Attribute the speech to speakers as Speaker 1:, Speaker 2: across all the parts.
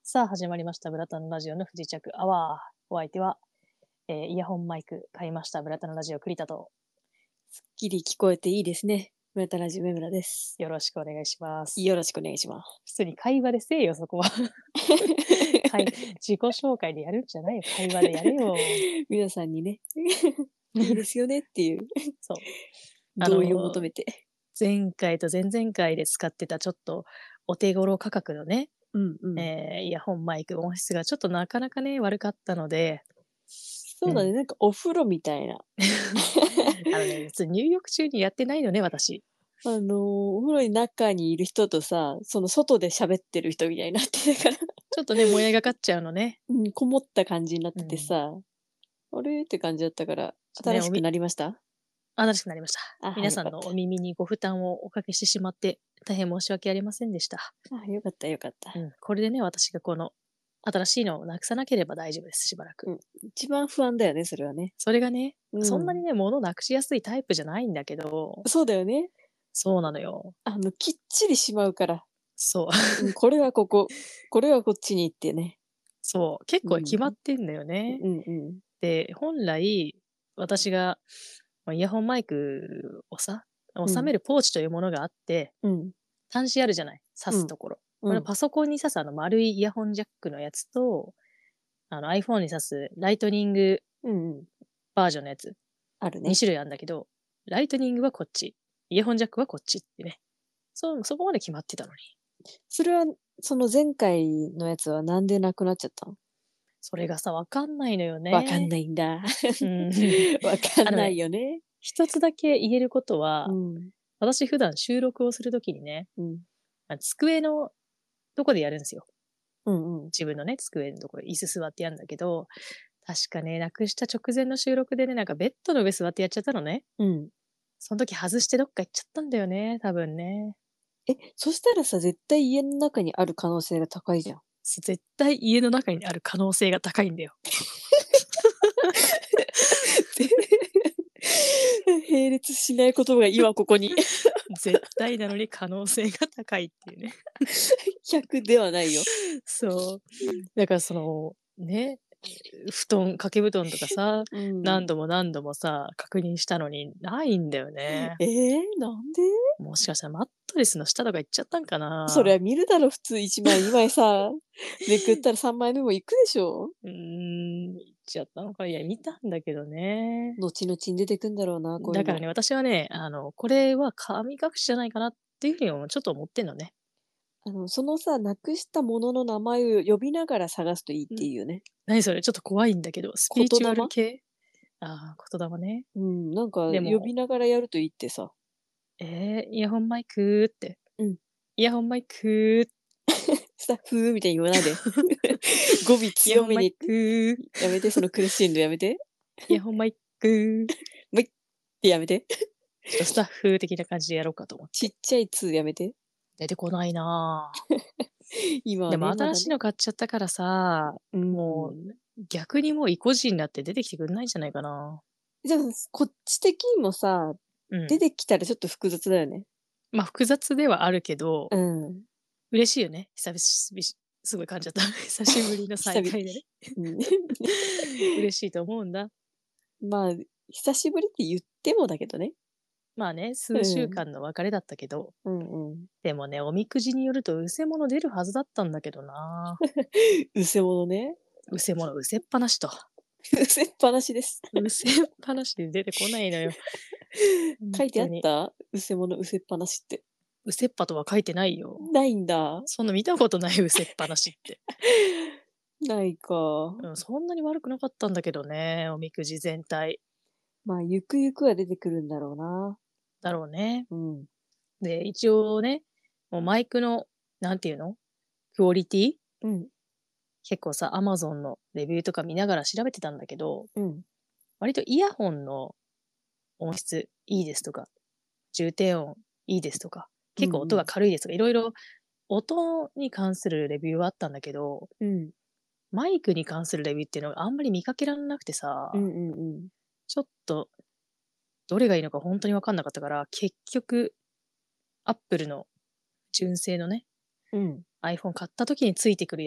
Speaker 1: さあ始まりましたブラタンラジオの不時着アワー。お相手は、イヤホンマイク買いましたブラタンラジオ栗田と
Speaker 2: すっきり聞こえていいですね。村田ラジオメムラです。
Speaker 1: よろしくお願いします。
Speaker 2: よろしくお願いします。
Speaker 1: 普通に会話でせえよそこは。自己紹介でやるんじゃないよ、会話でやれよ。
Speaker 2: 皆さんにね、いいですよねっていう
Speaker 1: そう
Speaker 2: 同意を求めて。
Speaker 1: 前回と前々回で使ってたちょっとお手頃価格のね、イヤホンマイク音質がちょっとなかなかね悪かったので、
Speaker 2: そうだね、なんかお風呂みたいな。
Speaker 1: 別に入浴中にやってないのね私。
Speaker 2: お風呂に中にいる人とさ、その外で喋ってる人みたいになってたから、
Speaker 1: ちょっとね燃え上がっちゃうのね。
Speaker 2: こもった感じになっててさ、あれって感じだったから、新しくなりました？
Speaker 1: 新しくなりました。
Speaker 2: あ、
Speaker 1: 皆さんの
Speaker 2: よかった。
Speaker 1: お耳にご負担をおかけしてしまって、大変申し訳ありませんでした。
Speaker 2: あ、よかったよかった。
Speaker 1: これでね、私がこの新しいのをなくさなければ大丈夫です、しばらく。
Speaker 2: 一番不安だよね、それはね。
Speaker 1: それがね、そんなに
Speaker 2: うん。
Speaker 1: ね、物なくしやすいタイプじゃないんだけど、
Speaker 2: そうだよね。
Speaker 1: そうなのよ。
Speaker 2: きっちりしまうから。
Speaker 1: そう。
Speaker 2: これはここ、これはこっちに行ってね。
Speaker 1: そう。結構決ま
Speaker 2: うん。
Speaker 1: ってんだよね。
Speaker 2: うんうん。
Speaker 1: で、本来、私が、イヤホンマイクをさ、収めるポーチというものがあって、
Speaker 2: うん。
Speaker 1: 端子あるじゃない、挿
Speaker 2: うん。
Speaker 1: すところ。これ
Speaker 2: うん。
Speaker 1: パソコンに挿す丸いイヤホンジャックのやつと、iPhone に挿すライトニング
Speaker 2: うんうん。
Speaker 1: バージョンのやつ、2
Speaker 2: あるね。
Speaker 1: 種類あるんだけど、ライトニングはこっち、イヤホンジャックはこっちってね。そこまで決まってたのに。
Speaker 2: それは、その前回のやつはなんでなくなっちゃったの？
Speaker 1: それがさ、わかんないのよ
Speaker 2: わかん
Speaker 1: ね。
Speaker 2: ないんだ。
Speaker 1: うん。
Speaker 2: わかんな
Speaker 1: あのね、
Speaker 2: いよね。
Speaker 1: 一つだけ言えることは、
Speaker 2: うん。
Speaker 1: 私普段収録をするときにね、
Speaker 2: うん。
Speaker 1: 机のとこでやるんですよ。
Speaker 2: うんうん。
Speaker 1: 自分のね、机のところ、椅子座ってやるんだけど、確かね、なくした直前の収録でね、なんかベッドの上座ってやっちゃったのね。
Speaker 2: うん。
Speaker 1: その時外してどっか行っちゃったんだよね、多分ね。
Speaker 2: そしたらさ、絶対家の中にある可能性が高いじゃん。
Speaker 1: 絶対家の中にある可能性が高いんだよ。
Speaker 2: 並列しない言葉が今ここに。
Speaker 1: 絶対なのに可能性が高いっていうね。
Speaker 2: 100ではないよ。
Speaker 1: そう。だからね、掛け布団とかさ、
Speaker 2: うん。
Speaker 1: 何度も何度もさ、確認したのにないんだよね。
Speaker 2: なんで？
Speaker 1: もしかしたらマットレスの下とか行っちゃったんか
Speaker 2: そりゃ
Speaker 1: な。
Speaker 2: 見るだろ、普通1枚2枚さ、めくったら3枚目も行くでしょ。
Speaker 1: 行っちゃったのか。いや、見たんだけどね。
Speaker 2: 後々に出てくんだろうな、こういうの。
Speaker 1: だからね、私はね、これは神隠しじゃないかなっていうふうにちょっと思ってんのね。
Speaker 2: そのさ、なくしたものの名前を呼びながら探すといいっ
Speaker 1: うん。
Speaker 2: ていうね。
Speaker 1: 何それ、ちょっと怖いんだけど、スピリチュアル
Speaker 2: 言霊？
Speaker 1: 系？ああ、言霊ね。
Speaker 2: なんか
Speaker 1: でも、
Speaker 2: 呼びながらやるといいってさ。
Speaker 1: イヤホンマイクって。
Speaker 2: うん。
Speaker 1: イヤホンマイク、
Speaker 2: スタッフみたいに言わないで。語尾
Speaker 1: イヤホンマイ
Speaker 2: 強めに。
Speaker 1: ク、
Speaker 2: やめて、その苦しいのやめて。
Speaker 1: イヤホンマイク。
Speaker 2: もういってやめて。
Speaker 1: ちょっとスタッフ的な感じでやろうかと思って。
Speaker 2: ちっちゃい2やめて。
Speaker 1: 出てこないなぁ。
Speaker 2: 今はね、
Speaker 1: でも
Speaker 2: まだね。
Speaker 1: 新しいの買っちゃったからさ、
Speaker 2: う
Speaker 1: も
Speaker 2: ん。
Speaker 1: う逆にもう意固地になって出てきてくんないんじゃないかな。
Speaker 2: じゃあ、こっち的にもさ、
Speaker 1: うん。
Speaker 2: 出てきたらちょっと複雑だよね。
Speaker 1: 複雑ではあるけど、
Speaker 2: うん。
Speaker 1: 嬉しいよね。すごい噛んじゃった。久しぶりの
Speaker 2: 久々
Speaker 1: 再会でね。
Speaker 2: うん。
Speaker 1: 嬉しいと思うんだ。
Speaker 2: まあ、久しぶりって言ってもだけどね。
Speaker 1: まあね、
Speaker 2: う
Speaker 1: 数週
Speaker 2: ん。
Speaker 1: 間の別れだったけど、
Speaker 2: うんうん。
Speaker 1: でもね、おみくじによるとうせ者出るはずだったんだけどな。
Speaker 2: うせ者ね。
Speaker 1: うせ者、うせっぱなしと。
Speaker 2: うせっぱなしです。
Speaker 1: うせっぱなしで出てこないのよ。本
Speaker 2: 書いてあ
Speaker 1: 当に。
Speaker 2: った？うせ者、うせっぱなしって。
Speaker 1: うせっぱとは書いてないよ。
Speaker 2: ないんだ。
Speaker 1: そんな見たことない、うせっぱなしって。
Speaker 2: ないか。
Speaker 1: そんなに悪くなかったんだけどね、おみくじ全体。
Speaker 2: まあ、ゆくゆくは出てくるんだろうな。
Speaker 1: だろうね。
Speaker 2: うん。
Speaker 1: で、一応ね、もうマイクの、なんていうのクオリティ
Speaker 2: うん。
Speaker 1: 結構さ、アマゾンのレビューとか見ながら調べてたんだけど、
Speaker 2: うん。
Speaker 1: 割とイヤホンの音質いいですとか、重低音いいですとか、結構音が
Speaker 2: うんうん。
Speaker 1: 軽いですとか、いろいろ音に関するレビューはあったんだけど、
Speaker 2: うん。
Speaker 1: マイクに関するレビューっていうのがあんまり見かけられなくてさ、
Speaker 2: うんうんうん。
Speaker 1: ちょっとどれがいいのか本当にわかんなかったから、結局、アップルの純正のね、
Speaker 2: うん。
Speaker 1: iPhone 買った時についてくるやつ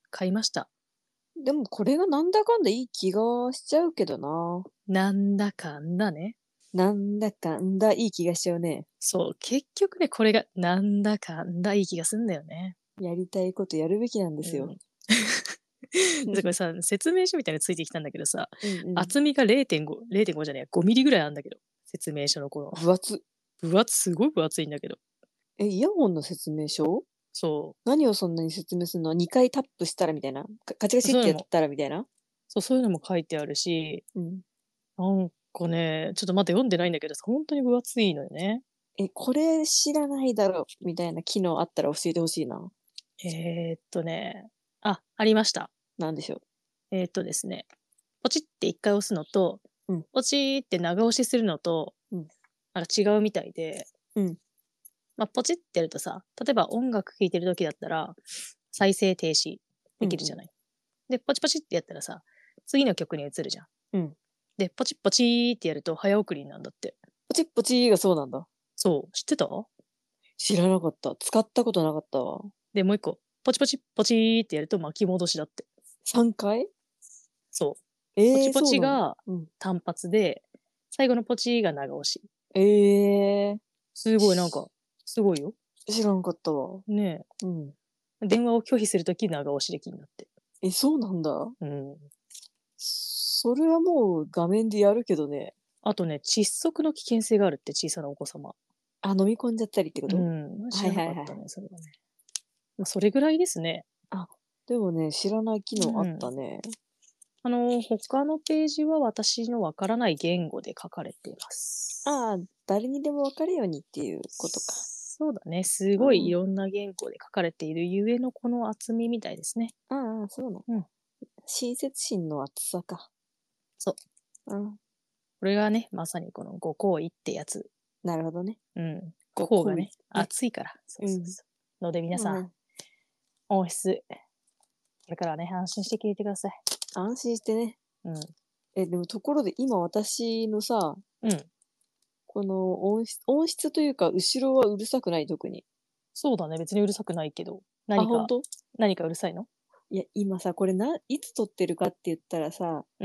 Speaker 1: 買いました。
Speaker 2: でもこれがなんだかんだいい気がしちゃうけどな。
Speaker 1: なんだかんだね。
Speaker 2: なんだかんだいい気がしちゃうね。
Speaker 1: そう、結局ね、これがなんだかんだいい気がすんだよね。
Speaker 2: やりたいことやるべきなんですよ。
Speaker 1: うん。で、これさ、説明書みたいについてきたんだけどさ、
Speaker 2: うんうん。
Speaker 1: 厚みが0.5じゃねえや、5ミリぐらいあるんだけど、説明書のこの、
Speaker 2: 分厚。
Speaker 1: すごい分厚いんだけど。
Speaker 2: イヤホンの説明書？
Speaker 1: そ
Speaker 2: 何をそんなに説明するの？2回タップしたらみたいな？カチカ
Speaker 1: う、
Speaker 2: チってやっ
Speaker 1: そういうのも
Speaker 2: たらみたいな？
Speaker 1: そういうのも書いてあるし、
Speaker 2: うん。
Speaker 1: なんかね、ちょっとまだ読んでないんだけどさ、ほんとに分厚いのよね。
Speaker 2: これ知らないだろみたいな機能あったら教えてほしいな。
Speaker 1: ね、ありました。
Speaker 2: なんでしょう？
Speaker 1: ですね、ポチって1回押すのと、
Speaker 2: うん、
Speaker 1: ポチって長押しするのと、
Speaker 2: うん、
Speaker 1: なんか違うみたいで、
Speaker 2: うん、
Speaker 1: ポチってやるとさ、例えば音楽聴いてる時だったら、再生停止
Speaker 2: うんうん、
Speaker 1: できるじゃない。で、ポチポチってやったらさ、次の曲に移るじゃん。
Speaker 2: うん。
Speaker 1: で、ポチポチってやると早送りなんだって。
Speaker 2: ポチッポチーがそうなんだ。
Speaker 1: そう、知ってた？
Speaker 2: 知らなかった。使ったことなかったわ。
Speaker 1: で、もう一個、ポチポチポチってやると巻き戻しだって。
Speaker 2: 3回？
Speaker 1: そう。ポチポ
Speaker 2: そうなの？
Speaker 1: チが
Speaker 2: うん。
Speaker 1: 単発で、最後のポチが長押し。
Speaker 2: ええ、
Speaker 1: すごいなん
Speaker 2: し
Speaker 1: か、すごいよ。
Speaker 2: 知らんかったわ。
Speaker 1: ね
Speaker 2: うん。
Speaker 1: え。電話を拒否するとき長押しできんだって。
Speaker 2: そうなんだ。
Speaker 1: うん。
Speaker 2: それはもう画面でやるけどね。
Speaker 1: あとね、窒息の危険性があるって、小さなお子様。
Speaker 2: 飲み込んじゃったりってこ
Speaker 1: う
Speaker 2: と？
Speaker 1: ん、知
Speaker 2: はい
Speaker 1: らな
Speaker 2: はいはいはい。
Speaker 1: かったね、それはね。それぐらいですね。
Speaker 2: あ、でもね、知らない機能あっ
Speaker 1: うん。
Speaker 2: たね。
Speaker 1: 他のページは私のわからない言語で書かれています。
Speaker 2: ああ、誰にでも分かるようにっていうことか。
Speaker 1: そうだね、す
Speaker 2: うん。
Speaker 1: ごいいろんな言語で書かれているゆえのこの厚みみたいですね。
Speaker 2: そうなんだ。
Speaker 1: うん、
Speaker 2: 親切心の厚さか。
Speaker 1: そう。
Speaker 2: うん。
Speaker 1: これがね、まさにこのご好意ってやつ。
Speaker 2: なるほどね。
Speaker 1: うん。
Speaker 2: ご厚意
Speaker 1: 方がね、
Speaker 2: ね。
Speaker 1: 熱いから。そう
Speaker 2: うん。
Speaker 1: そうそう。ので皆さん、
Speaker 2: うん。
Speaker 1: 音質、これからはね、安心して聞いてください。
Speaker 2: 安心してね。
Speaker 1: うん。
Speaker 2: でもところで今私のさ、
Speaker 1: うん。
Speaker 2: この音質というか、後ろはうるさくない？特に。
Speaker 1: そうだね、別にうるさくないけど。
Speaker 2: 本当？
Speaker 1: 何かうるさいの？
Speaker 2: いや、今さ、これいつ撮ってるかって言ったらさ、
Speaker 1: うん。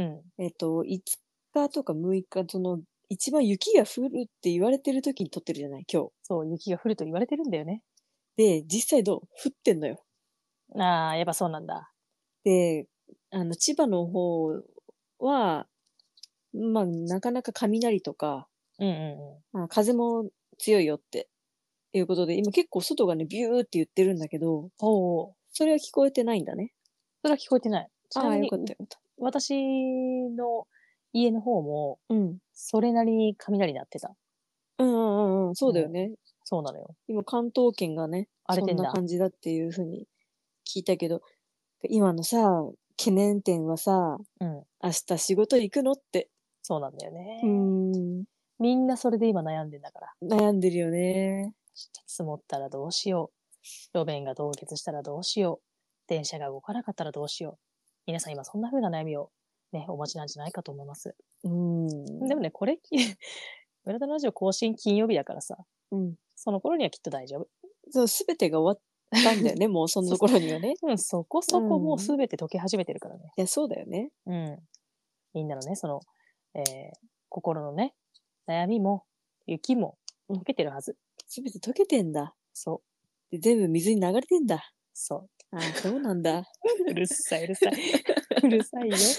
Speaker 2: 5日とか6日、一番雪が降るって言われてる時に撮ってるじゃない、今日。
Speaker 1: そう、雪が降ると言われてるんだよね。
Speaker 2: で、実際どう？降ってんのよ。
Speaker 1: ああ、やっぱそうなんだ。
Speaker 2: で、千葉の方は、なかなか雷とか、
Speaker 1: うんうんうん。
Speaker 2: 風も強いよっていうことで、今結構外がね、ビューって言ってるんだけど、
Speaker 1: おお、
Speaker 2: それは聞こえてないんだね。
Speaker 1: それは聞こえてない。ちな
Speaker 2: ああ、よ
Speaker 1: みに、
Speaker 2: かったよかった。
Speaker 1: 私の家の方も、
Speaker 2: うん。
Speaker 1: それなりに雷鳴ってた。
Speaker 2: うんうんうんうん、そう
Speaker 1: うん、
Speaker 2: だよね。
Speaker 1: そうなのよ。
Speaker 2: 今関東圏がね、そんな
Speaker 1: 荒れてんだ。
Speaker 2: 感じだっていう風に聞いたけど、今のさ、懸念点はさ、
Speaker 1: うん、
Speaker 2: 明日仕事行くのって。
Speaker 1: そうなんだよ
Speaker 2: うー
Speaker 1: ね。
Speaker 2: ん、
Speaker 1: みんなそれで今悩んでんだから。
Speaker 2: 悩んでるよね。
Speaker 1: 積もったらどうしよう。路面が凍結したらどうしよう。電車が動かなかったらどうしよう。皆さん今そんな風な悩みをね、お持ちなんじゃないかと思います。
Speaker 2: うーん。
Speaker 1: でもね、これ村田のラジオ更新金曜日だからさ、
Speaker 2: うん。
Speaker 1: その頃にはきっと大丈夫。
Speaker 2: そう、全てが終わったんだよね、もうその頃にはね。
Speaker 1: うん、そこ
Speaker 2: う
Speaker 1: そこもう
Speaker 2: ん。
Speaker 1: すべて解け始めてるからね。
Speaker 2: いや、そうだよね。
Speaker 1: うん。みんなのね、えー心のね、悩みも、雪も
Speaker 2: うん。
Speaker 1: 解けてるはず。
Speaker 2: 全て溶けてんだ。
Speaker 1: そう、
Speaker 2: で、全部水に流れてんだ。
Speaker 1: そ
Speaker 2: そうなんだ。
Speaker 1: う。うるさい、うるさい。うるさいよ。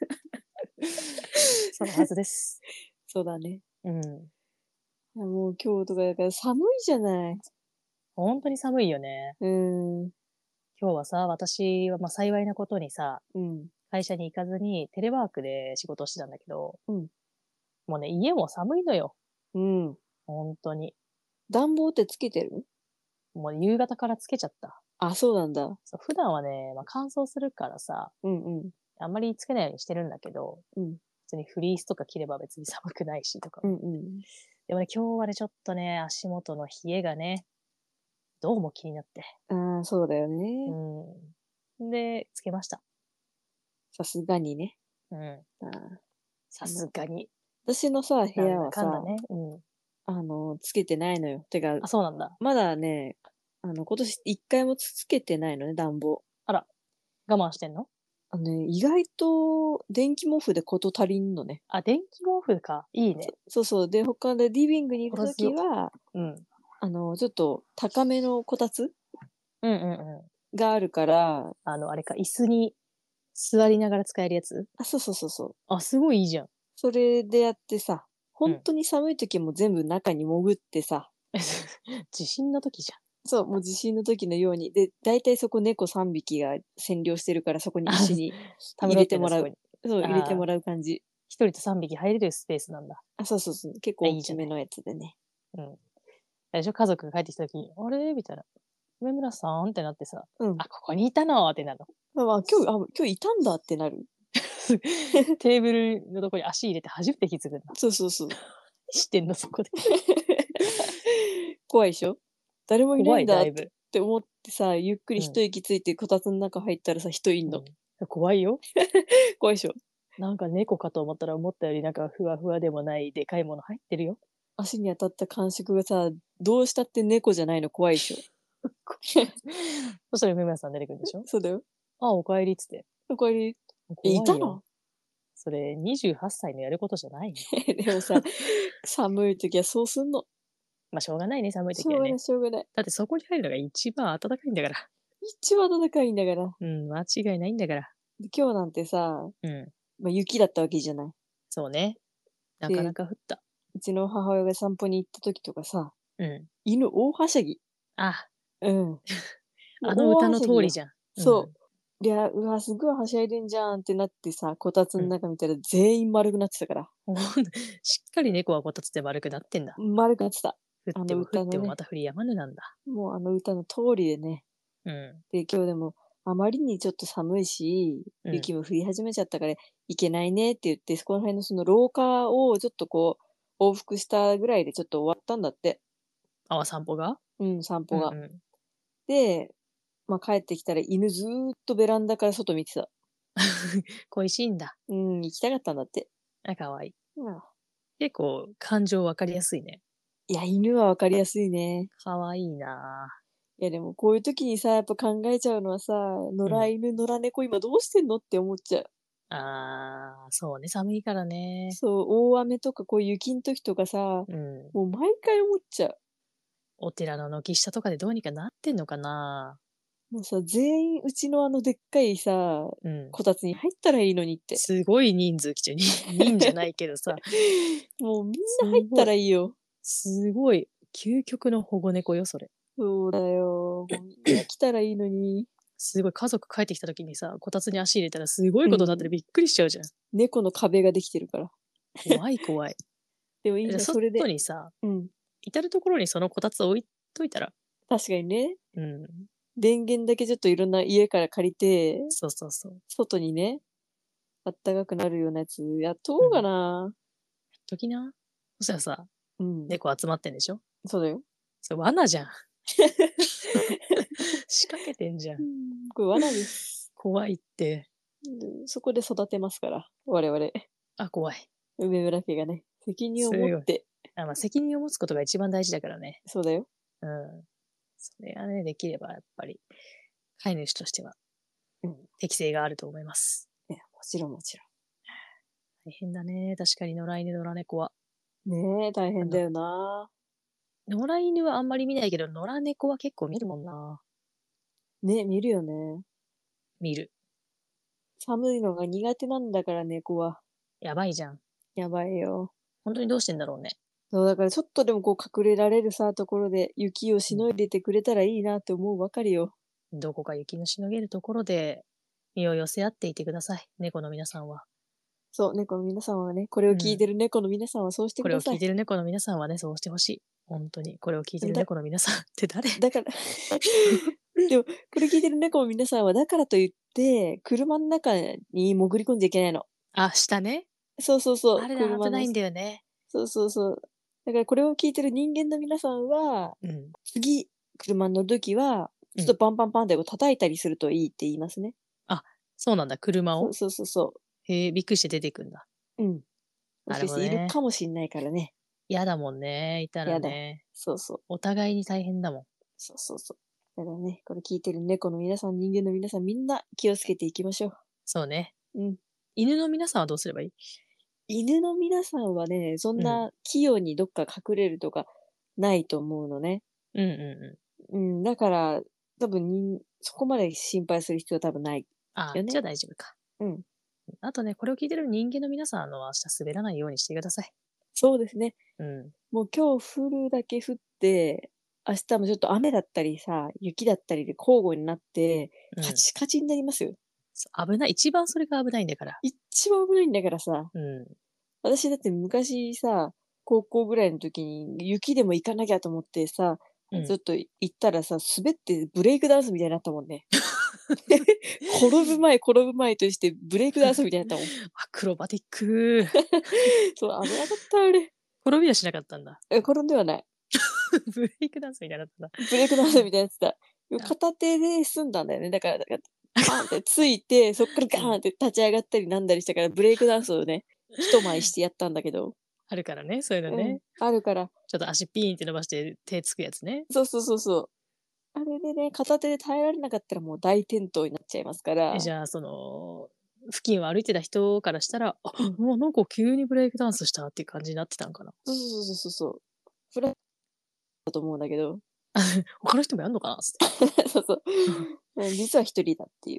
Speaker 1: そのはずです。
Speaker 2: そうだね。
Speaker 1: うん。
Speaker 2: いや、もう今日とかだから寒いじゃない。
Speaker 1: ほんとに寒いよね。
Speaker 2: うーん。
Speaker 1: 今日はさ、私は、幸いなことにさ、
Speaker 2: うん。
Speaker 1: 会社に行かずにテレワークで仕事をしてたんだけど、
Speaker 2: うん。
Speaker 1: もうね、家も寒いのよ。
Speaker 2: うん。
Speaker 1: ほんとに。
Speaker 2: 暖房ってつけてる？
Speaker 1: もう夕方からつけちゃった。
Speaker 2: そうなんだ。
Speaker 1: そう、普段はね、乾燥するからさ、
Speaker 2: うんうん。
Speaker 1: あんまりつけないようにしてるんだけど、
Speaker 2: うん。
Speaker 1: 別にフリースとか着れば別に寒くないしとか。
Speaker 2: うんうん。
Speaker 1: でもね、今日はね、ちょっとね、足元の冷えがね、どうも気になって。
Speaker 2: そうだよね。
Speaker 1: うん。で、つけました。
Speaker 2: さすがにね。
Speaker 1: うん。
Speaker 2: ああ、
Speaker 1: さすがに。
Speaker 2: 私のさ、部
Speaker 1: なん
Speaker 2: 屋はさ、
Speaker 1: だかんだね。うん。
Speaker 2: つけてないのよ。てか、
Speaker 1: あ、そうなんだ。
Speaker 2: まだね、今年1回もつけてないのね、暖房。
Speaker 1: あら。 我慢してんの？
Speaker 2: 意外と電気毛布で事足りんのね。
Speaker 1: あ、電気毛布か。いいね。
Speaker 2: そうそう。で、他でリビングにいるときは、
Speaker 1: うん。
Speaker 2: ちょっと高めのこたつ
Speaker 1: うんうんうん。
Speaker 2: があるから、
Speaker 1: あれか、椅子に座りながら使えるやつ？
Speaker 2: そうそうそうそう。
Speaker 1: あ、すごいいいじゃん。
Speaker 2: それでやってさ、
Speaker 1: うん。
Speaker 2: 本当に寒い時も全部中に潜ってさ、
Speaker 1: 地震の時じゃん。
Speaker 2: そう、もう地震の時のように。で、大体そこ猫3匹が占領してるから、そこに
Speaker 1: あ、
Speaker 2: 一緒に入
Speaker 1: たむろってんだ、
Speaker 2: れてもらう。
Speaker 1: そこに。
Speaker 2: そう、入れて
Speaker 1: ああ、
Speaker 2: もらう感じ。
Speaker 1: 1人と3匹入れるスペースなんだ。
Speaker 2: そうそうそう。結
Speaker 1: あ、
Speaker 2: 構大
Speaker 1: いいじゃない。
Speaker 2: きめのやつでね。
Speaker 1: うん。あれでしょ、家族が帰ってきた時に、あれ？みたいな。梅村さんってなってさ、
Speaker 2: うん。
Speaker 1: あ、ここにいたのってなるの。
Speaker 2: 今日いたんだってなる。
Speaker 1: テーブルのとこに足入れて初めて気づくんだ。
Speaker 2: そうそうそう。
Speaker 1: してんの、そこで。
Speaker 2: 怖いでしょ？誰もいない
Speaker 1: 怖い、
Speaker 2: んだっ
Speaker 1: だいぶ。
Speaker 2: て思ってさ、ゆっくり
Speaker 1: うん。
Speaker 2: 一息ついてこたつの中入ったらさ、人いんの。
Speaker 1: うん。怖いよ。
Speaker 2: 怖いでしょ？
Speaker 1: なんか猫かと思ったら思ったよりなんかふわふわでもないでかいもの入ってるよ。
Speaker 2: 足に当たった感触がさ、どうしたって猫じゃないの怖いでしょ？
Speaker 1: そしたら梅村さん出てくるんでしょ？
Speaker 2: そうだよ。
Speaker 1: あ、お帰りっつって。
Speaker 2: これ、い
Speaker 1: 怖いよ。
Speaker 2: たの？
Speaker 1: それ28歳のやることじゃないよ。
Speaker 2: でもさ、寒い時はそうすんの。
Speaker 1: ま、しょうがないね、寒い時はね。
Speaker 2: しょうがないしょうがない。
Speaker 1: だってそこに入るのが一番暖かいんだから。
Speaker 2: 一番暖かいんだから。
Speaker 1: うん、間違いないんだから。
Speaker 2: で、今日なんてさ、
Speaker 1: うん、
Speaker 2: 雪だったわけじゃない。
Speaker 1: そうね。なかな
Speaker 2: で、
Speaker 1: か降った。
Speaker 2: うちの母親が散歩に行った時とかさ、
Speaker 1: うん。
Speaker 2: 犬大はしゃぎ。
Speaker 1: あ、
Speaker 2: うん。もう大
Speaker 1: あの歌の
Speaker 2: はしゃぎよ。
Speaker 1: 通りじゃん。うん。
Speaker 2: そう。で、うわ、すごいはしゃいでんじゃんってなってさ、こたつの
Speaker 1: うん。
Speaker 2: 中見たら全員丸くなってたから。
Speaker 1: ほんしっかり猫はこたつで丸くなってんだ。
Speaker 2: 丸くなってた。
Speaker 1: 降っ
Speaker 2: あの
Speaker 1: ても降って
Speaker 2: 歌のね、
Speaker 1: もまた降り止まぬなんだ。
Speaker 2: もうあの歌の通りでね。
Speaker 1: うん。
Speaker 2: で、今日でも、あまりにちょっと寒いし、
Speaker 1: うん。
Speaker 2: 雪も降り始めちゃったからいけないねって言って、そこら辺のその廊下をちょっとこう、往復したぐらいでちょっと終わったんだって。
Speaker 1: あ、散歩が？
Speaker 2: うん、散歩が。
Speaker 1: うんうん。
Speaker 2: で、帰ってきたら犬ずーっとベランダから外見てた。
Speaker 1: 恋しいんだ。
Speaker 2: うん、行きたかったんだって。
Speaker 1: あ、可愛い。
Speaker 2: うん。
Speaker 1: 結構感情分かりやすいね。
Speaker 2: いや、犬はわかりやすいね。
Speaker 1: 可愛いなぁ。
Speaker 2: いや、でもこういう時にさ、やっぱ考えちゃうのはさ、野
Speaker 1: うん。
Speaker 2: 良犬、野良猫今どうしてんのって思っちゃう。
Speaker 1: ああ、そうね、寒いからね。
Speaker 2: そう、大雨とかこう雪ん時とかさ、
Speaker 1: うん。
Speaker 2: もう毎回思っちゃう。
Speaker 1: お寺の軒下とかでどうにかなってんのかな？
Speaker 2: もうさ、全員うちのあのでっかいさ、
Speaker 1: うん。
Speaker 2: こたつに入ったらいいのにって。
Speaker 1: すごい人数来ちゃう。人じゃないけどさ、
Speaker 2: もうみん
Speaker 1: す
Speaker 2: な入った
Speaker 1: ごい、
Speaker 2: らいいよ。
Speaker 1: すごい、究極の保護猫よ、それ。
Speaker 2: そうだよ。もうみんな来たらいいのに。
Speaker 1: すごい家族帰ってきた時にさ、こたつに足入れたらすごい
Speaker 2: うん。
Speaker 1: ことになってる、びっくりしちゃうじゃん。
Speaker 2: 猫の壁ができてるから。
Speaker 1: 怖い怖い。じゃ、
Speaker 2: でもいいの、それで。
Speaker 1: 外にさ、
Speaker 2: うん。
Speaker 1: 至る所にそのこたつ置いといたら、
Speaker 2: 確かにね。
Speaker 1: うん、
Speaker 2: 電源だけちょっといろんな家から借りて、
Speaker 1: そうそうそう。
Speaker 2: 外にね、あったかくなるようなやつやっとこうか
Speaker 1: うん。
Speaker 2: な。
Speaker 1: ときな。そしたらさ、
Speaker 2: うん。
Speaker 1: 猫集まってんでしょ？
Speaker 2: そうだよ。
Speaker 1: それ罠じゃん。仕掛けてんじゃん。
Speaker 2: これ罠です。
Speaker 1: 怖いって。
Speaker 2: そこで育てますから、我々。
Speaker 1: あ、怖い。
Speaker 2: 梅村家がね、責任を
Speaker 1: すごい。
Speaker 2: 持って。
Speaker 1: あ、ま、責任を持つことが一番大事だからね。
Speaker 2: そうだよ。
Speaker 1: うん。それがね、できればやっぱり、飼い主としては
Speaker 2: うん。
Speaker 1: 適性があると思います。
Speaker 2: もちろんもちろ
Speaker 1: 大変だね、確かに野良犬、野良猫は。
Speaker 2: ん。ねえ、大変だ
Speaker 1: あの、
Speaker 2: よな。
Speaker 1: 野良犬はあんまり見ないけど、野良猫は結構見るもんな。
Speaker 2: ね、見るよね。
Speaker 1: 見る。
Speaker 2: 寒いのが苦手なんだから、猫は。
Speaker 1: やばいじゃん。
Speaker 2: やばいよ。
Speaker 1: ほんとにどうしてんだろうね。
Speaker 2: そう、だからちょっとでもこう隠れられるさ、ところで雪をし
Speaker 1: うん。
Speaker 2: のいでてくれたらいいなって思うばかりよ。
Speaker 1: どこか雪のしのげるところで、身を寄せ合っていてください、猫の皆さんは。
Speaker 2: そう、猫の皆さんはね、これを
Speaker 1: うん。
Speaker 2: 聞いてる猫の皆さんはそうして
Speaker 1: これを聞い
Speaker 2: ください。
Speaker 1: てる猫の皆さんはね、そうしてほしい。ほんとに。これを聞いてる
Speaker 2: でも
Speaker 1: 猫の皆さんって誰？
Speaker 2: だからでも、これ聞いてる猫の皆さんはだからといって、車の中に潜り込んじゃいけないの。
Speaker 1: あ、下ね。
Speaker 2: そうそうそう、
Speaker 1: あれだ、危
Speaker 2: 車の
Speaker 1: ないんだよね。
Speaker 2: そうそうそう。だからこれを聞いてる人間の皆さんは、
Speaker 1: うん。
Speaker 2: 次、車に乗る時は、
Speaker 1: うん。
Speaker 2: ちょっとパンパンパンってこう叩いたりするといいって言いますね。
Speaker 1: あ、そうなんだ、車を？
Speaker 2: そうそうそうそ
Speaker 1: へえ、びっくりして出てくんだ。
Speaker 2: う。うん。も
Speaker 1: な
Speaker 2: しかしている
Speaker 1: るほどね。
Speaker 2: かもしんないからね。
Speaker 1: 嫌だもんね、いたら
Speaker 2: やだ。
Speaker 1: ね。
Speaker 2: そうそう。
Speaker 1: お互いに大変だもん。
Speaker 2: そうそうそう。 だからね、これ聞いてる猫の皆さん、人間の皆さん、みんな気をつけていきましょ
Speaker 1: そうね。
Speaker 2: う。うん。
Speaker 1: 犬の皆さんはどうすればいい？
Speaker 2: 犬の皆さんはね、そん
Speaker 1: うん。
Speaker 2: な器用にどっか隠れるとかないと思うのね。
Speaker 1: うんうんうん。
Speaker 2: うん、だから、多分そこまで心配する必要は多分ない
Speaker 1: あ、じゃ
Speaker 2: よね。
Speaker 1: あ大丈夫か。
Speaker 2: うん。
Speaker 1: あとね、これを聞いてる人間の皆さん明日滑らないようにしてください。
Speaker 2: そうですね。
Speaker 1: うん。
Speaker 2: もう今日降るだけ降って、明日もちょっと雨だったりさ、雪だったりで交互になって、カ
Speaker 1: うん。
Speaker 2: チカチになりますよ。
Speaker 1: 危ない。一番それが危ないんだから。
Speaker 2: 一番危ないんだからさ。
Speaker 1: うん。
Speaker 2: 私だって昔さ、高校ぐらいの時に雪でも行かなきゃと思ってさ、
Speaker 1: うん。
Speaker 2: ずっと行ったらさ、滑ってブレイクダンスみたいになったもんね。転ぶ前としてブレイクダンスみたいになったもん。
Speaker 1: アクロバティック。
Speaker 2: そう、危なかったあれ。
Speaker 1: 転びはしなかったんだ。
Speaker 2: 転んではない。
Speaker 1: ブレイクダンスみたいになったんだ。
Speaker 2: ブレイクダンスみたいになってた。でも
Speaker 1: あ、
Speaker 2: 片手で済んだんだよね。だからパンってついて、そっからガ
Speaker 1: うん。
Speaker 2: ーンって立ち上がったりなんだりしたから、ブレイクダンスをね、一舞してやったんだけど。
Speaker 1: あるからね、そういうの
Speaker 2: うん、
Speaker 1: ね。
Speaker 2: あるから。
Speaker 1: ちょっと足ピーンって伸ばして手つくやつね。
Speaker 2: そうそうそうそう。あれでね、片手で耐えられなかったらもう大転倒になっちゃいますか
Speaker 1: じ
Speaker 2: ら。
Speaker 1: ゃあ、付近を歩いてた人からしたら、あ、
Speaker 2: うん。
Speaker 1: もうなんか急にブレイクダンスしたっていう感じになってたんかな。
Speaker 2: そうそうそうそうそう。フラだと思うんだけど。
Speaker 1: 他の人もやんのかなつって。
Speaker 2: そうそう。実は一人だっていう。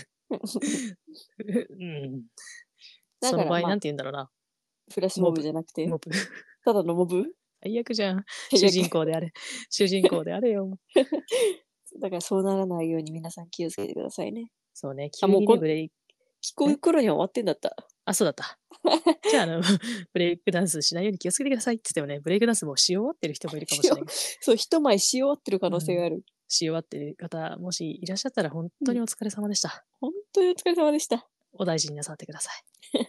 Speaker 1: うん。その場合、
Speaker 2: だからまあ、
Speaker 1: なんて言うんだろうな。
Speaker 2: フラッシュモブ
Speaker 1: モブ。
Speaker 2: じゃなくて、
Speaker 1: モブ。
Speaker 2: ただのモブ
Speaker 1: 最悪じゃん。主
Speaker 2: いや、
Speaker 1: 人公であれ。主人公であれよ。
Speaker 2: だからそうならないように皆さん気をつけてくださいね。
Speaker 1: そうね、
Speaker 2: あ、
Speaker 1: 急にね、
Speaker 2: もう
Speaker 1: ブレイ
Speaker 2: 聞こえる頃には終わってんだった。
Speaker 1: あ、そうだった。じゃあ、ブレイクダンスしないように気をつけてくださいって言ってもね、ブレイクダンスもうし終わってる人もいるかもしれない。
Speaker 2: そう、一舞し終わってる可
Speaker 1: うん。
Speaker 2: 能性がある。
Speaker 1: し終わってる方、もしいらっしゃったら本
Speaker 2: うん。
Speaker 1: 当にお疲れ様でした。
Speaker 2: ほんとにお疲れ様でした。
Speaker 1: お大事になさってください。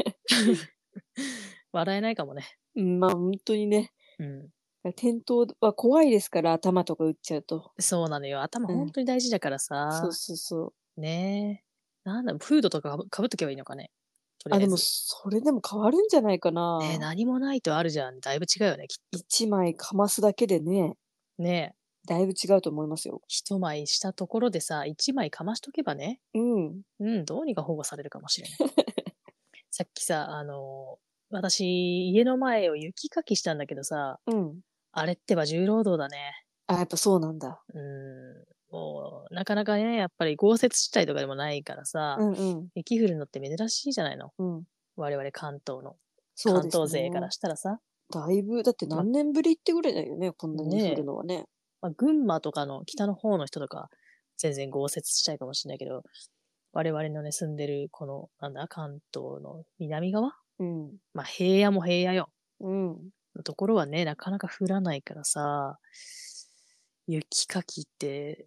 Speaker 1: 笑えないかもね。
Speaker 2: うん、まあ、ほんとにね、
Speaker 1: うん。
Speaker 2: 転倒は怖いですから、頭とか打っちゃうと。
Speaker 1: そうなのよ。頭
Speaker 2: うん。
Speaker 1: 本当に大事だから
Speaker 2: そう
Speaker 1: さ。
Speaker 2: そうそう。
Speaker 1: ねえ。なんだ、フードとかかぶっとけばいいのかね。とり
Speaker 2: あ、でも
Speaker 1: あえず。
Speaker 2: それでも変わるんじゃないか
Speaker 1: ねえ、
Speaker 2: な。
Speaker 1: 何もないとあるじゃん。だいぶ違うよね、きっと。
Speaker 2: 一枚かますだけでね、
Speaker 1: ねえ。
Speaker 2: だいぶ違うと思いますよ。
Speaker 1: 一枚したところでさ、一枚かましとけばね、
Speaker 2: うん。
Speaker 1: うん、どうにか保護されるかもしれない。さっきさ、私、家の前を雪かきしたんだけどさ、
Speaker 2: うん。
Speaker 1: あれってば重労働だね。
Speaker 2: あ、やっぱそうなんだ。
Speaker 1: もう、なかなかね、やっぱり豪雪地帯とかでもないからさ、
Speaker 2: うんうん。
Speaker 1: 雪降るのって珍しいじゃないの。
Speaker 2: うん。
Speaker 1: 我々関東の。関
Speaker 2: そうです
Speaker 1: 東勢から
Speaker 2: ね。
Speaker 1: したらさ。
Speaker 2: だいぶ、だって
Speaker 1: ま、
Speaker 2: 何年ぶりってぐらいだよね、こんなに降る
Speaker 1: ねえ、
Speaker 2: のはね。
Speaker 1: 群馬とかの北の方の人とか、全然豪雪地帯かもしれないけど、我々のね、住んでるこの、なんだ、関東の南側
Speaker 2: うん。
Speaker 1: 平野も平野よ。
Speaker 2: うん。
Speaker 1: のところはね、なかなか降らないからさ、雪かきって、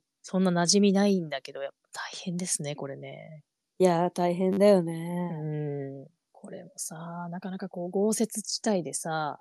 Speaker 1: そんな馴染みないんだけど、やっぱ大変ですね、これね。
Speaker 2: いや、大変だよ
Speaker 1: う
Speaker 2: ね。
Speaker 1: これもさ、なかなかこう豪雪地帯でさ、
Speaker 2: うん。